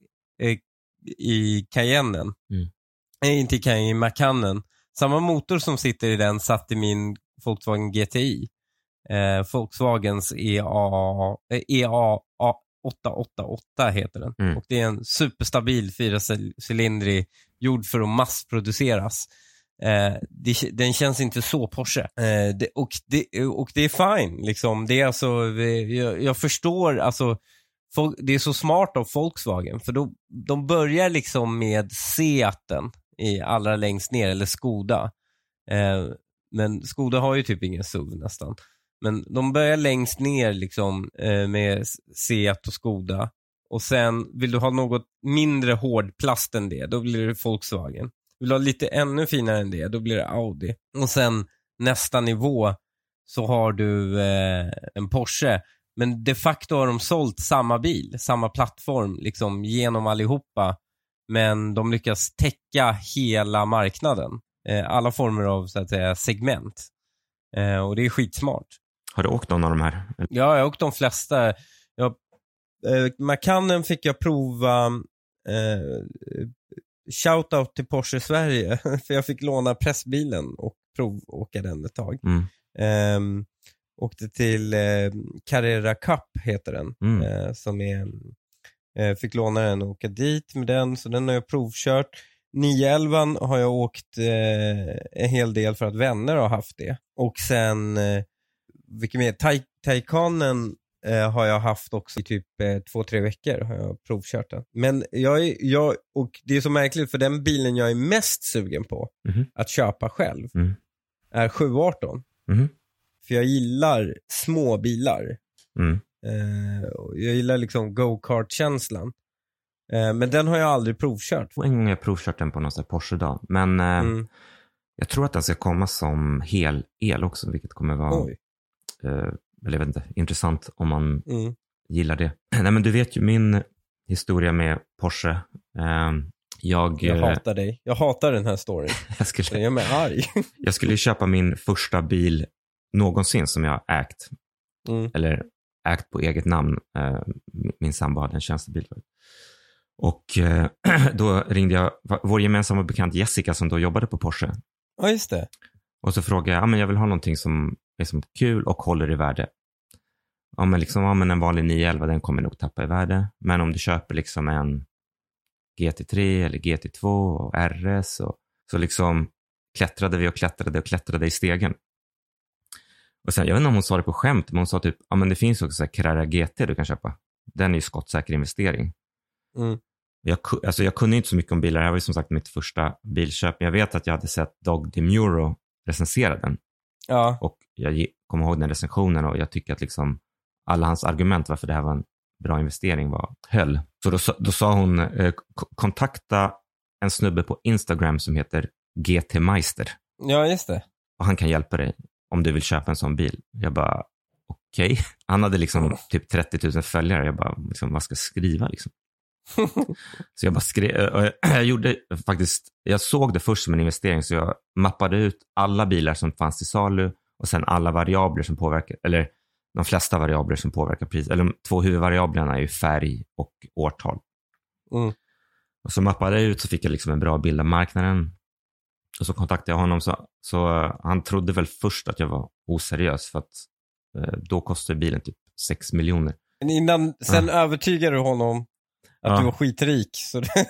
i Cayennen. Mm. Nej, inte i Cayenne, i Macanen. Samma motor som sitter i den satt i min Volkswagen G T I. Eh, Volkswagens E A E A åtta åtta åtta heter den. Mm. Och det är en superstabil fyracylindrig gjord för att massproduceras. Eh, det, den känns inte så Porsche. Eh, det, och, det, och det är fine. Liksom. Det är alltså, jag, jag förstår, alltså, folk, det är så smart av Volkswagen. För då, de börjar liksom med Seaten i allra längst ner, eller Skoda. Eh, men Skoda har ju typ ingen S U V nästan. Men de börjar längst ner liksom, eh, med Seat och Skoda. Och sen vill du ha något mindre hård plast än det, då blir det Volkswagen. Vill du ha lite ännu finare än det, då blir det Audi. Och sen nästa nivå så har du eh, en Porsche. Men de facto har de sålt samma bil, samma plattform liksom, genom allihopa. Men de lyckas täcka hela marknaden. Eh, alla former av så att säga, segment. Eh, och det är skitsmart. Har du åkt någon av de här? Ja, jag har åkt de flesta. Jag, eh, Macanen fick jag prova. Eh, shoutout till Porsche Sverige. För jag fick låna pressbilen och provåka den ett tag. Mm. Eh, åkte till eh, Carrera Cup heter den. Mm. Eh, som är, eh, fick låna den och åka dit med den. Så den har jag provkört. nio elva har jag åkt eh, en hel del för att vänner har haft det. Och sen, eh, vilket mer, Tay- Taycanen eh, har jag haft också i typ eh, två, tre veckor har jag provkört den. Men jag, är, jag, och det är så märkligt för den bilen jag är mest sugen på mm. att köpa själv mm. är sju arton. Mm. För jag gillar små bilar. Mm. Eh, jag gillar liksom go-kart-känslan. Men den har jag aldrig provkört. En gång har jag provkört den på någon sån här Porsche idag. Men mm. eh, jag tror att den ska komma som hel el också. Vilket kommer vara eh, eller jag vet inte, intressant om man mm. gillar det. Nej, men du vet ju min historia med Porsche. Eh, Jag, jag hatar dig. Jag hatar den här storyn. jag, skulle, jag är mig arg. jag skulle köpa min första bil någonsin som jag ägt. Mm. Eller ägt på eget namn. Min sambo hade en tjänstebil. Och då ringde jag vår gemensamma bekant Jessica som då jobbade på Porsche. Ja, just det. Och så frågade jag, ja men jag vill ha någonting som är som kul och håller i värde. Ja men liksom, ja men en vanlig nio elva den kommer nog tappa i värde. Men om du köper liksom en G T tre eller G T två och R S och så liksom klättrade vi och klättrade och klättrade i stegen. Och sen, jag vet inte om hon sa det på skämt, men hon sa typ, ja men det finns också så här Carrera G T du kan köpa. Den är ju skottsäker investering. Mm. Jag, alltså jag kunde inte så mycket om bilar, det var ju som sagt mitt första bilköp. Men jag vet att jag hade sett Dog DeMuro recensera den. Ja. Och jag kommer ihåg den recensionen och jag tycker att liksom alla hans argument varför det här var en bra investering var höll. Så då, då sa hon, eh, kontakta en snubbe på Instagram som heter G T Meister. Ja, just det. Och han kan hjälpa dig om du vill köpa en sån bil. Jag bara, okej. Okay. Han hade liksom typ trettio tusen följare. Jag bara, liksom, vad ska jag skriva liksom? Så jag bara skrev, jag gjorde faktiskt, jag såg det först som en investering så jag mappade ut alla bilar som fanns i salu och sen alla variabler som påverkar, eller de flesta variabler som påverkar pris, eller de två huvudvariablerna är ju färg och årtal. Mm. Och så mappade jag ut så fick jag liksom en bra bild av marknaden och så kontaktade jag honom så, så uh, han trodde väl först att jag var oseriös för att uh, då kostade bilen typ sex miljoner. Men innan, sen ja. övertygade du honom att ja. du var skitrik. Så det...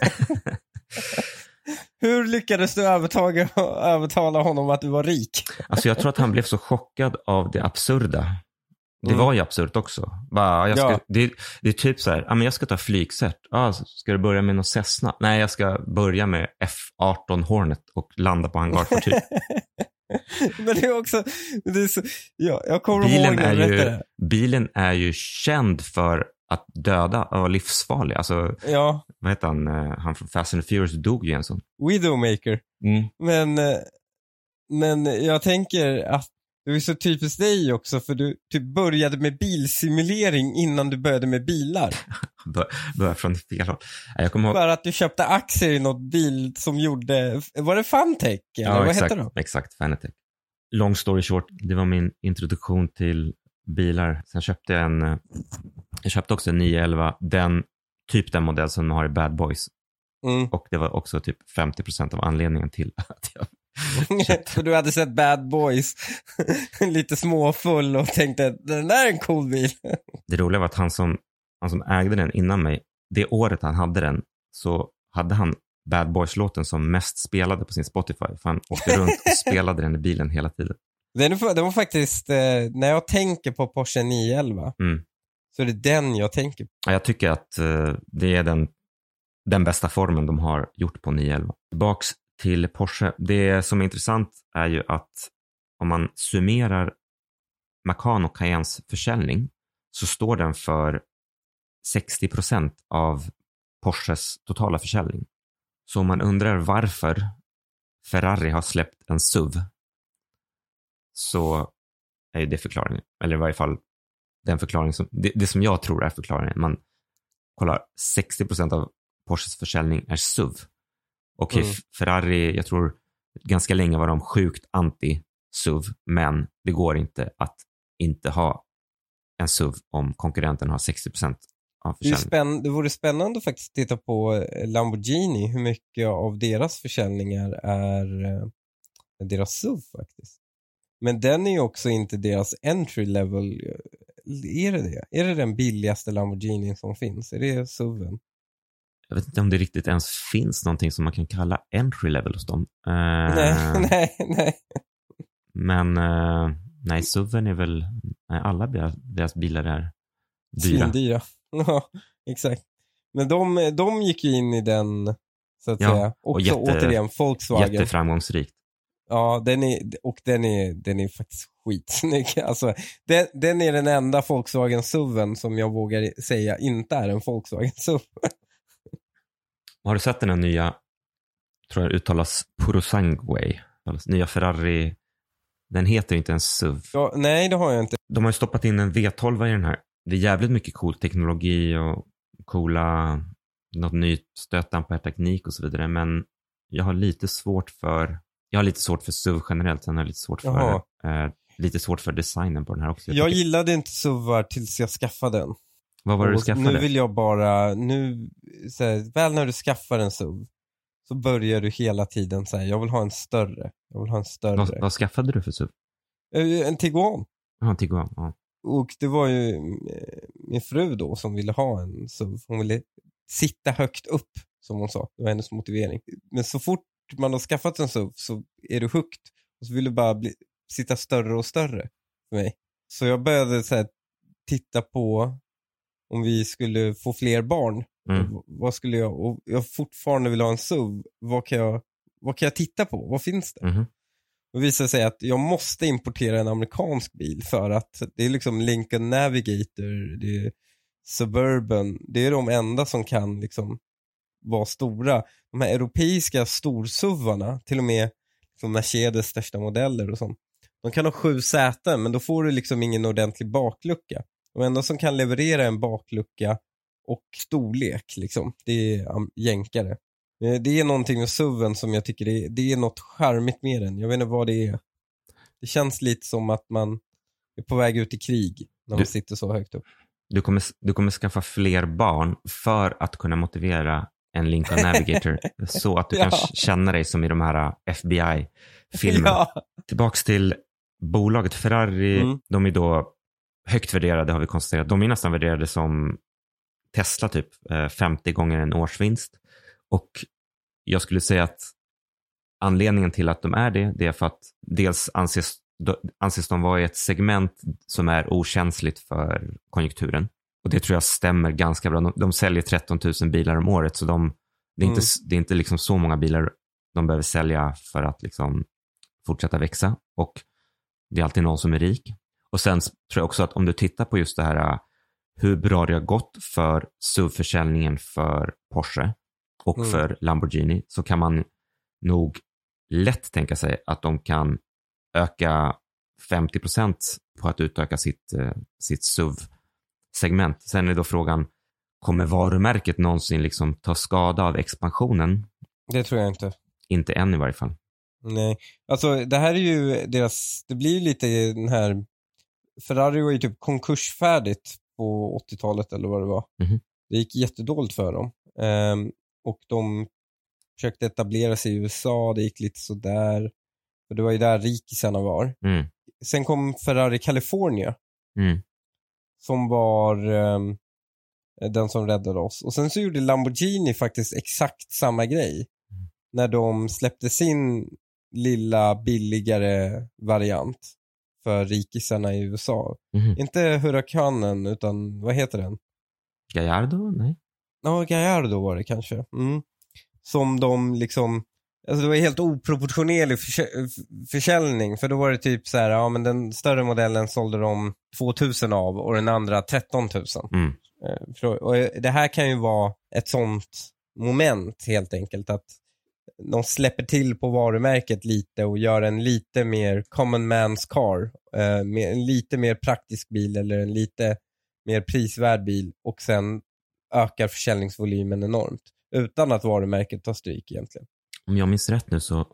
Hur lyckades du övertaga, övertala honom att du var rik? Alltså jag tror att han blev så chockad av det absurda. Det Mm. var ju absurt också. Bara, jag ska, Ja. det, det är typ så här, ja, men jag ska ta flygcert. Ah, ska du börja med någon Cessna? Nej, jag ska börja med F arton Hornet och landa på hangarfartyg. Men det är också, det är så, ja, jag kommer bilen, ihåg är det, ju, bilen är ju känd för att döda och vara livsfarlig. Alltså, ja. vad heter han? Han från Fast and Furious dog ju en sån. Widowmaker. Mm. Men, men jag tänker att det är så typiskt dig också, för du typ började med bilsimulering innan du började med bilar. Bör, börja från fel håll. Jag kommer ihåg... För att du köpte aktier i något bil som gjorde, var det Fantech? Eller ja, vad exakt, heter det? exakt, Fanatec. Long story short, det var min introduktion till bilar. Sen köpte jag en, jag köpte också en nio elva, den, typ den modell som man har i Bad Boys. Mm. Och det var också typ femtio procent av anledningen till att jag För du hade sett Bad Boys lite småfull och tänkte, den där är en cool bil. Det roliga var att han som, han som ägde den innan mig, det året han hade den så hade han Bad Boys-låten som mest spelade på sin Spotify. För han åkte runt och spelade den i bilen hela tiden. Den var, den var faktiskt, eh, när jag tänker på Porsche nio elva mm. så är det den jag tänker på. Ja, jag tycker att eh, det är den, den bästa formen de har gjort på nio elva. Tillbaks till Porsche. Det som är intressant är ju att om man summerar Macan och Cayennes försäljning så står den för sextio procent av Porsches totala försäljning. Så om man undrar varför Ferrari har släppt en S U V så är ju det förklaringen. Eller i varje fall den förklaring som, det, det som jag tror är förklaringen. Man kollar, sextio procent av Porsches försäljning är S U V. Okej, okay, mm. Ferrari, jag tror ganska länge var de sjukt anti-S U V, men det går inte att inte ha en S U V om konkurrenten har sextio procent av försäljning. Det, är spänn- det vore spännande faktiskt att titta på Lamborghini, hur mycket av deras försäljningar är eh, deras S U V faktiskt. Men den är ju också inte deras entry level. Är det det? Är det den billigaste Lamborghini som finns? Är det S U V:en? Jag vet inte om det riktigt ens finns någonting som man kan kalla entry level hos dem. Uh, nej, nej, nej. Men uh, nej, S U V:en är väl, nej, alla deras, deras bilar är dyra. Svindyra. Ja, exakt. Men de, de gick ju in i den, så att ja, säga. Också och jätte, återigen Volkswagen. Jätteframgångsrikt. Ja, den är, och den är, den är faktiskt skitsnygg. Alltså, den, den är den enda Volkswagen S U V:en som jag vågar säga inte är en Volkswagen S U V. Har du sett den här nya, tror jag uttalas Purosangue, nya Ferrari, den heter inte ens S U V. Ja, nej, det har jag inte. De har ju stoppat in en V tolv i den här. Det är jävligt mycket cool teknologi och coola något nytt stötamperteknik och så vidare. Men jag har lite svårt för jag har lite svårt för S U V generellt. Sen har jag lite svårt för eh, lite svårt för designen på den här också. Jag, jag tycker... gillade inte S U V:ar tills jag skaffade den. Vad var det du skaffade? Nu vill jag bara, nu, så här, väl när du skaffar en S U V så börjar du hela tiden säga, jag vill ha en större. Jag vill ha en större. Vad, vad skaffade du för S U V? En Tiguan. Ja, en Tiguan, ja. Och det var ju min fru då som ville ha en S U V. Hon ville sitta högt upp, som hon sa. Det var hennes motivering. Men så fort man har skaffat en S U V så är du högt. Och så vill du bara bli, sitta större och större för mig. Så jag började så här, titta på om vi skulle få fler barn. Mm. Vad skulle jag, och jag fortfarande vill ha en S U V. Vad kan jag, vad kan jag titta på? Vad finns det? Mm. Och visar sig att jag måste importera en amerikansk bil för att det är liksom Lincoln Navigator, det är Suburban, det är de enda som kan liksom vara stora. De här europeiska storsuvarna, till och med liksom Mercedes största modeller och sånt. De kan ha sju säten, men då får du liksom ingen ordentlig baklucka. De enda som kan leverera en baklucka och storlek liksom, det är jänkare. Det är någonting med S U V:en som jag tycker det är, det är något charmigt med den. Jag vet inte vad det är. Det känns lite som att man är på väg ut i krig när man du, sitter så högt upp. Du kommer, du kommer skaffa fler barn för att kunna motivera en Lincoln Navigator så att du ja. kan känna dig som i de här F B I-filmerna. Ja. Tillbaks till bolaget Ferrari. Mm. De är då högt värderade, har vi konstaterat. De är nästan värderade som Tesla typ, femtio gånger en årsvinst. Och jag skulle säga att anledningen till att de är det, det är för att dels anses, anses de vara i ett segment som är okänsligt för konjunkturen. Och det tror jag stämmer ganska bra. De, de säljer tretton tusen bilar om året, så de, det är, mm. inte, det är inte liksom så många bilar de behöver sälja för att liksom fortsätta växa. Och det är alltid någon som är rik. Och sen tror jag också att om du tittar på just det här, hur bra det har gått för S U V-försäljningen för Porsche och mm. för Lamborghini, så kan man nog lätt tänka sig att de kan öka femtio procent på att utöka sitt, sitt S U V-segment. Sen är då frågan, kommer varumärket någonsin liksom ta skada av expansionen? Det tror jag inte. Inte än i varje fall. Nej, alltså det här är ju deras, det blir ju lite den här, Ferrari var ju typ konkursfärdigt på åttiotalet eller vad det var. Mm. Det gick jättedåligt för dem. Um, och de försökte etablera sig i U S A, det gick lite sådär. För det var ju där rikisarna var. Mm. Sen kom Ferrari California. Mm. Som var um, den som räddade oss. Och sen så gjorde Lamborghini faktiskt exakt samma grej. Mm. När de släppte sin lilla billigare variant för rikisarna i U S A. Mm. Inte Huracanen, utan vad heter den? Gallardo? Nej. Ja, Gallardo var det kanske. Mm. Som de liksom, alltså det var helt oproportionerlig förs- försäljning. För då var det typ så här, ja men den större modellen sålde de tvåtusen av och den andra tretton tusen. Mm. Och det här kan ju vara ett sånt moment helt enkelt, att de släpper till på varumärket lite och gör en lite mer common man's car, eh, med en lite mer praktisk bil eller en lite mer prisvärd bil, och sen ökar försäljningsvolymen enormt utan att varumärket tar stryk egentligen. Om jag minns rätt nu så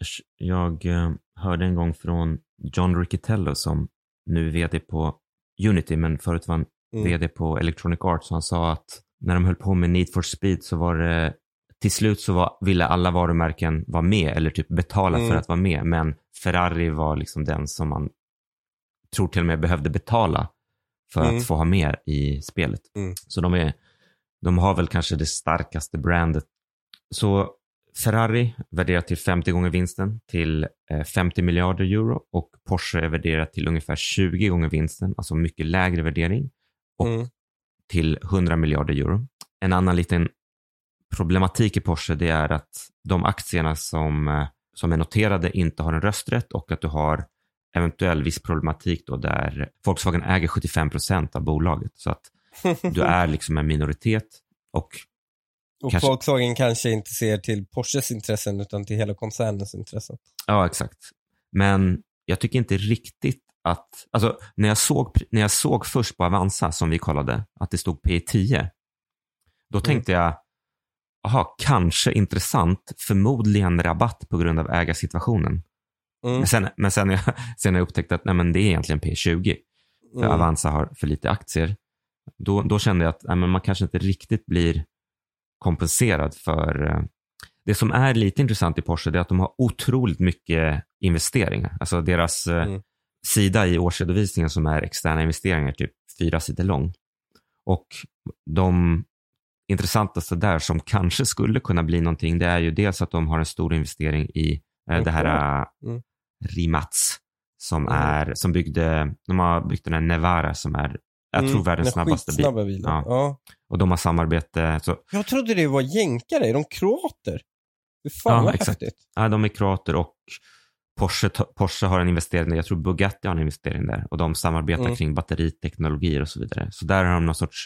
jag eh, hörde en gång från John Riccitello, som nu är vd på Unity men förut var han mm. vd på Electronic Arts, så han sa att när de höll på med Need for Speed så var det till slut så var, ville alla varumärken vara med eller typ betala mm. för att vara med, men Ferrari var liksom den som man tror till och med behövde betala för mm. att få ha med i spelet. Mm. Så de, är, de har väl kanske det starkaste brandet. Så Ferrari värderat till femtio gånger vinsten till eh, femtio miljarder euro, och Porsche är värderat till ungefär tjugo gånger vinsten, alltså mycket lägre värdering, och mm. till hundra miljarder euro. En annan liten problematik i Porsche, det är att de aktierna som, som är noterade inte har en rösträtt, och att du har eventuell viss problematik då där Volkswagen äger sjuttiofem procent av bolaget, så att du är liksom en minoritet, och och kanske... Volkswagen kanske inte ser till Porsches intressen utan till hela koncernens intressen. Ja, exakt. Men jag tycker inte riktigt att, alltså när jag såg, när jag såg först på Avanza som vi kollade att det stod P tio, då tänkte mm. jag aha, kanske intressant, förmodligen rabatt på grund av ägarsituationen. Mm. Men sen, men sen, jag, sen har jag upptäckt att nej, men det är egentligen P tjugo. För mm. Avanza har för lite aktier. Då, då kände jag att nej, men man kanske inte riktigt blir kompenserad för... Uh, det som är lite intressant i Porsche är att de har otroligt mycket investeringar. Alltså deras uh, mm. sida i årsredovisningen som är externa investeringar, typ fyra sidor lång. Och de intressantaste där som kanske skulle kunna bli någonting, det är ju dels att de har en stor investering i uh, det här uh, Rimac som mm. är som byggde, de har byggt den här Nevara som är, jag tror mm, världens snabbaste bil. bil. Ja. Ja. Och de har samarbete. Så... Jag trodde det var jänkare, är de kroater? Hur fan ja, vad exakt. Häftigt. Ja, de är kroater och Porsche, Porsche har en investering där. Jag tror Bugatti har en investering där. Och de samarbetar mm. kring batteriteknologier och så vidare. Så där har de någon sorts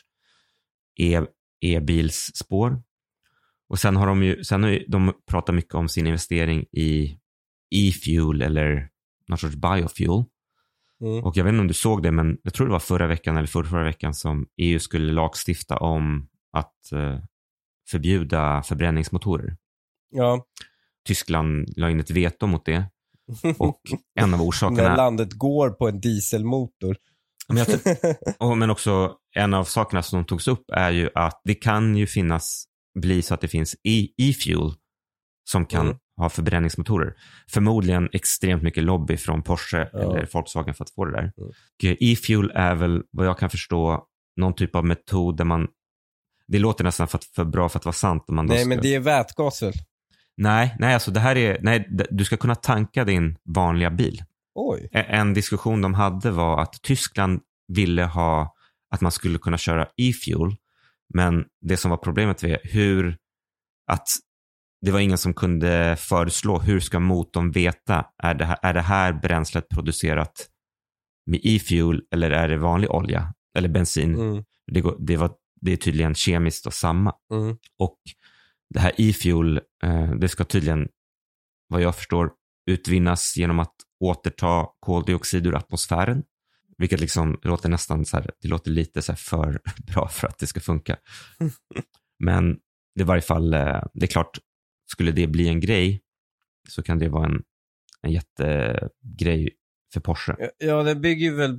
e- e-bilsspår. Och sen har de ju, sen har ju, de pratar mycket om sin investering i e-fuel eller någon sorts biofuel. Mm. Och jag vet inte om du såg det, men jag tror det var förra veckan eller förra, förra veckan som E U skulle lagstifta om att uh, förbjuda förbränningsmotorer. Ja. Tyskland la in ett veto mot det. Och en av orsakerna... När landet går på en dieselmotor. Men, jag, och, men också en av sakerna som togs upp är ju att det kan ju finnas, bli så att det finns e- e-fuel som kan mm. ha förbränningsmotorer. Förmodligen extremt mycket lobby från Porsche ja. eller Volkswagen för att få det där. Mm. Och e-fuel är väl, vad jag kan förstå, någon typ av metod där man, det låter nästan för, för bra för att vara sant. Om man nej, ska... men det är vätgas väl? Nej, nej, alltså det här är, nej, du ska kunna tanka din vanliga bil. Oj. En diskussion de hade var att Tyskland ville ha att man skulle kunna köra e-fuel, men det som var problemet var hur att det var ingen som kunde föreslå hur ska motorn veta, är det här, är det här bränslet producerat med e-fuel eller är det vanlig olja eller bensin? Mm. Det, går, det, var, det är tydligen kemiskt och samma. Mm. Och det här e-fuel, eh, det ska tydligen, vad jag förstår, utvinnas genom att återta koldioxid ur atmosfären. Vilket liksom låter nästan så här, det låter lite så här för bra för att det ska funka. Men det är i varje fall, eh, det är klart, skulle det bli en grej så kan det vara en, en jättegrej för Porsche. Ja, det bygger väl,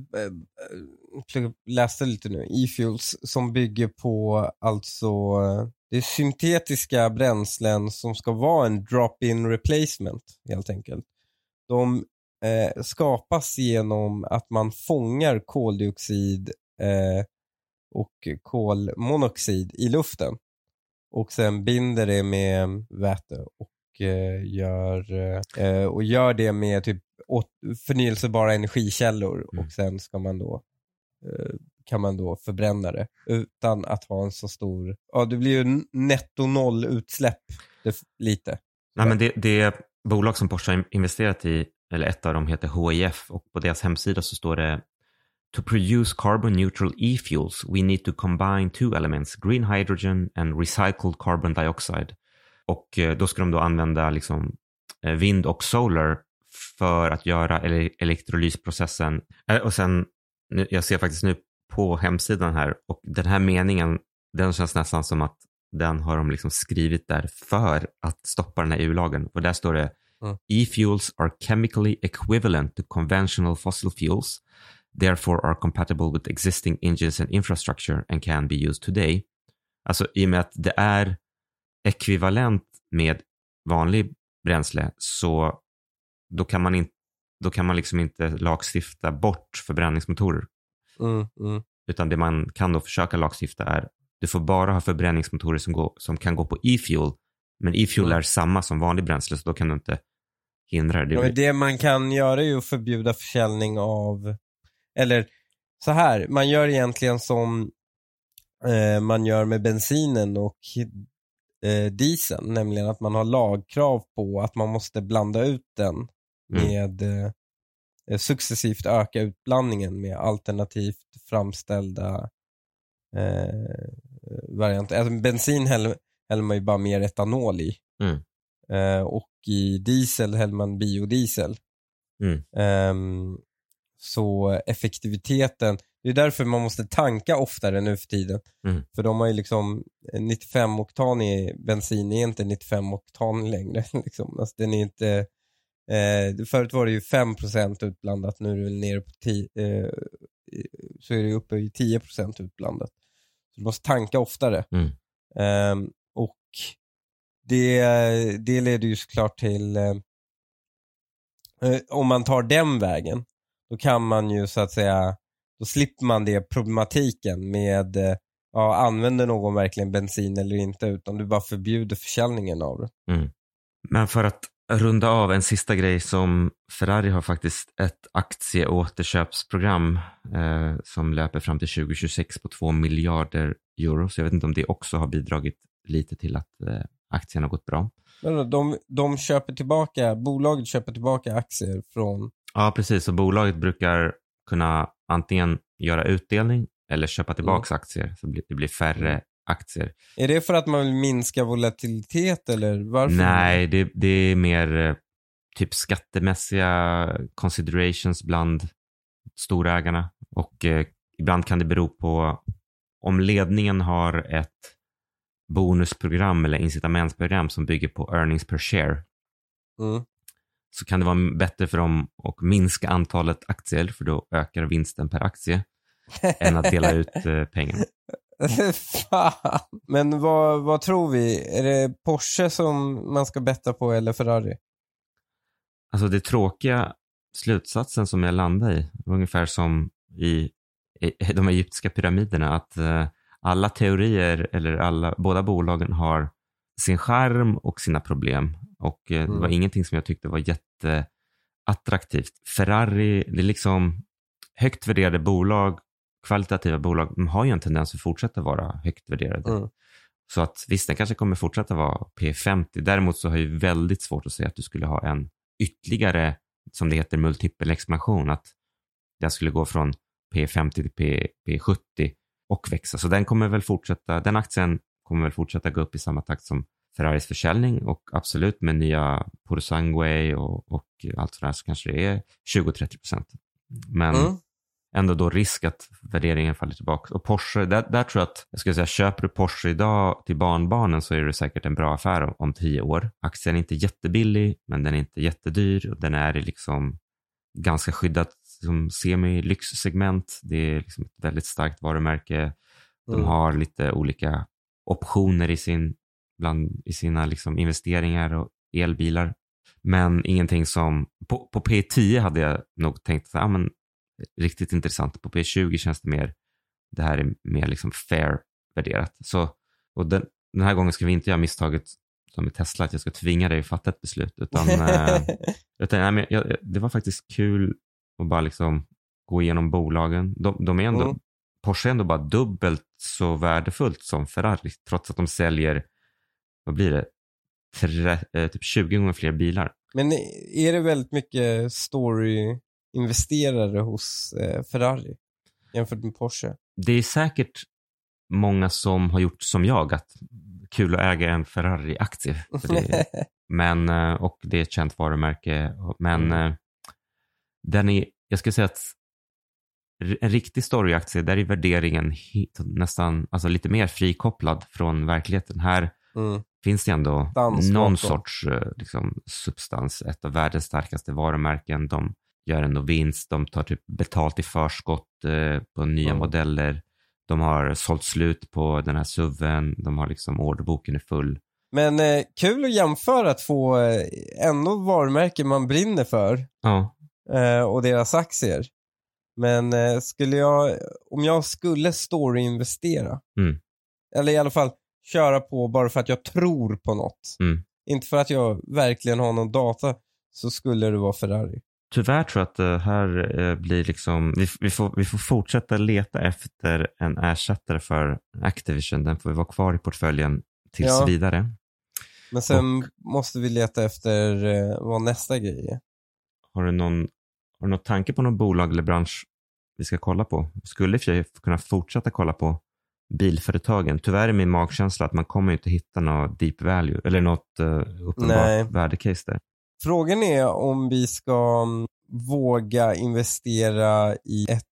jag läste lite nu, e-fuels som bygger på alltså det är syntetiska bränslen som ska vara en drop-in replacement helt enkelt. De eh, skapas genom att man fångar koldioxid eh, och kolmonoxid i luften och sen binder det med väte och eh, gör eh, och gör det med typ förnyelsebara energikällor mm. och sen ska man då eh, kan man då förbränna det utan att ha en så stor, ja det blir ju netto noll utsläpp det, lite. Nej, men det, det bolag som Porsche har investerat i, eller ett av dem heter H I F och på deras hemsida så står det: To produce carbon neutral e-fuels we need to combine two elements, green hydrogen and recycled carbon dioxide. Och då ska de då använda liksom vind och solar för att göra ele- elektrolysprocessen. Och sen, jag ser faktiskt nu på hemsidan här och den här meningen, den känns nästan som att den har de liksom skrivit där för att stoppa den här E U-lagen. Och där står det mm. E-fuels are chemically equivalent to conventional fossil fuels, therefore are compatible with existing engines and infrastructure and can be used today. Alltså i och med att det är ekvivalent med vanlig bränsle så då kan man, in, då kan man liksom inte lagstifta bort förbränningsmotorer. Mm, mm. Utan det man kan då försöka lagstifta är du får bara ha förbränningsmotorer som, går, som kan gå på e-fuel. Men e-fuel mm. är samma som vanlig bränsle så då kan du inte hindra det. Ja, men det man kan göra är ju att förbjuda försäljning av, eller så här, man gör egentligen som eh, man gör med bensinen och eh, dieseln, nämligen att man har lagkrav på att man måste blanda ut den med mm. eh, successivt öka utblandningen med alternativt framställda eh, varianter. Alltså, bensin häller, häller man ju bara mer etanol i. Mm. Eh, och i diesel häller man biodiesel. Mm. Um, så effektiviteten, Det är därför man måste tanka oftare nu för tiden. Mm. För de har ju liksom nittiofem oktan i bensin är inte nittiofem oktan längre. Liksom. Alltså den är inte, eh, förut var det ju fem procent utblandat, nu är det väl nere på tio, eh, så är det uppe i tio procent utblandat. Så du måste tanka oftare. Mm. Eh, och det, det leder ju såklart till eh, om man tar den vägen, då kan man ju så att säga, då slipper man det problematiken med ja, använder någon verkligen bensin eller inte, utan du bara förbjuder försäljningen av det. Mm. Men för att runda av en sista grej, som Ferrari har faktiskt ett aktieåterköpsprogram eh, som löper fram till tjugo tjugosex på två miljarder euro. Så jag vet inte om det också har bidragit lite till att eh, aktien har gått bra. Men de, de köper tillbaka, bolaget köper tillbaka aktier från... Ja, precis. Och bolaget brukar kunna antingen göra utdelning eller köpa tillbaka mm. aktier, så det blir färre mm. aktier. Är det för att man vill minska volatilitet eller varför? Nej, det, det är mer typ skattemässiga considerations bland storägarna. Och eh, ibland kan det bero på om ledningen har ett bonusprogram eller incitamentsprogram som bygger på earnings per share. Mm. Så kan det vara bättre för dem att minska antalet aktier, för då ökar vinsten per aktie än att dela ut eh, pengarna. Fan. Men vad, vad tror vi? Är det Porsche som man ska betta på eller Ferrari? Alltså det tråkiga slutsatsen som jag landade i var ungefär som i, i de egyptiska pyramiderna, att eh, alla teorier eller alla, båda bolagen har sin charm och sina problem. Och eh, mm. det var ingenting som jag tyckte var jätteattraktivt. Ferrari, det är liksom högt värderade bolag, kvalitativa bolag, de har ju en tendens att fortsätta vara högt värderade. Mm. Så att visst, den kanske kommer fortsätta vara P femtio. Däremot så har jag ju väldigt svårt att säga att du skulle ha en ytterligare, som det heter, multipel expansion. Att den skulle gå från P femtio till P, P sjuttio och växa. Så den kommer väl fortsätta, den aktien kommer väl fortsätta gå upp i samma takt som Ferraris försäljning, och absolut med nya Purosangue och, och allt sådär så kanske det är tjugo till trettio procent. Men mm. ändå då risk att värderingen faller tillbaka. Och Porsche, där, där tror jag att, jag skulle säga, köper du Porsche idag till barnbarnen så är det säkert en bra affär om, om tio år. Aktien är inte jättebillig, men den är inte jättedyr, och den är i liksom ganska skyddat som semi-lyxsegment. Det är liksom ett väldigt starkt varumärke. De mm. har lite olika optioner i, sin, bland, i sina liksom investeringar och elbilar. Men ingenting som, på, på P tio hade jag nog tänkt att ah, men, riktigt intressant. På P tjugo känns det mer, det här är mer liksom fair värderat. Så, och den, den här gången ska vi inte göra misstaget som i Tesla, att jag ska tvinga dig att fatta ett beslut. Utan, äh, utan nej, men jag, det var faktiskt kul att bara liksom gå igenom bolagen. De, de är ändå, mm. Porsche är ändå bara dubbelt så värdefullt som Ferrari, trots att de säljer, vad blir det, Tre, eh, typ tjugo gånger fler bilar. Men är det väldigt mycket story-investerare hos eh, Ferrari jämfört med Porsche? Det är säkert många som har gjort som jag, att kul att äga en Ferrari-aktie. Det, men, och det är ett känt varumärke. Men mm. den är, jag skulle säga att en riktig story-aktie, där är värderingen hit, nästan, alltså lite mer frikopplad från verkligheten. Här mm. finns det ändå Dansbart någon då. sorts liksom, substans. Ett av världens starkaste varumärken. De gör ändå vinst. De tar typ betalt i förskott eh, på nya mm. modeller. De har sålt slut på den här S U V:en. De har liksom, orderboken är full. Men eh, kul att jämföra två eh, ändå varumärken man brinner för. Ja. Eh, och deras aktier. Men eh, skulle jag, om jag skulle story-investera. Mm. Eller i alla fall köra på bara för att jag tror på något. Mm. Inte för att jag verkligen har någon data, så skulle det vara Ferrari. Tyvärr tror jag att det här eh, blir liksom, vi, vi, får, vi får fortsätta leta efter en ersättare för Activision. Den får vi vara kvar i portföljen tills ja. vidare. Men sen Och, måste vi leta efter eh, vad nästa grej är. Har du någon, har du någon tanke på någon bolag eller bransch vi ska kolla på? Skulle vi kunna fortsätta kolla på bilföretagen? Tyvärr är min magkänsla att man kommer inte hitta något deep value eller något uh, uppenbart värdecase där. Frågan är om vi ska våga investera i ett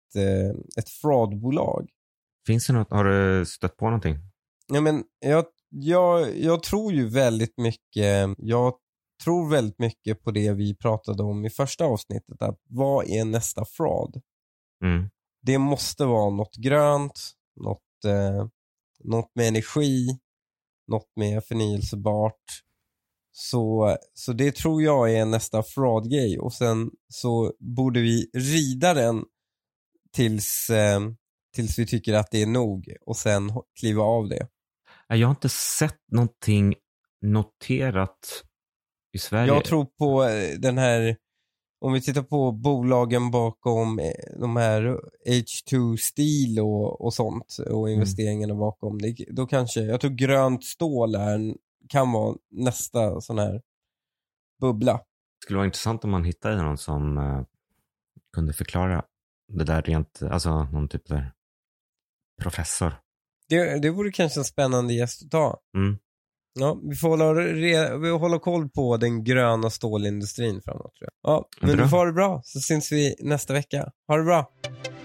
eh, ett fraudbolag. Finns det något, har du stött på någonting? Ja, men jag, jag, jag tror ju väldigt mycket, jag tror väldigt mycket på det vi pratade om i första avsnittet. Att vad är nästa fraud? Mm. Det måste vara något grönt, något, eh, något med energi, något med förnyelsebart. Så, så det tror jag är nästa fraud-grej. Och sen så borde vi rida den tills, eh, tills vi tycker att det är nog. Och sen kliva av det. Jag har inte sett någonting noterat i Sverige. Jag tror på den här, om vi tittar på bolagen bakom de här H två Steel och, och sånt och investeringarna mm. bakom det, då kanske, jag tror grönt stål är, kan vara nästa sån här bubbla. Det skulle vara intressant om man hittade någon som uh, kunde förklara det där rent, alltså någon typ där professor. Det, det vore kanske en spännande gäst att ta. Mm. Ja, vi får hålla, re, vi hålla koll på den gröna stålindustrin framåt, tror jag. Ja, men du får ha det bra, så syns vi nästa vecka. Ha det bra!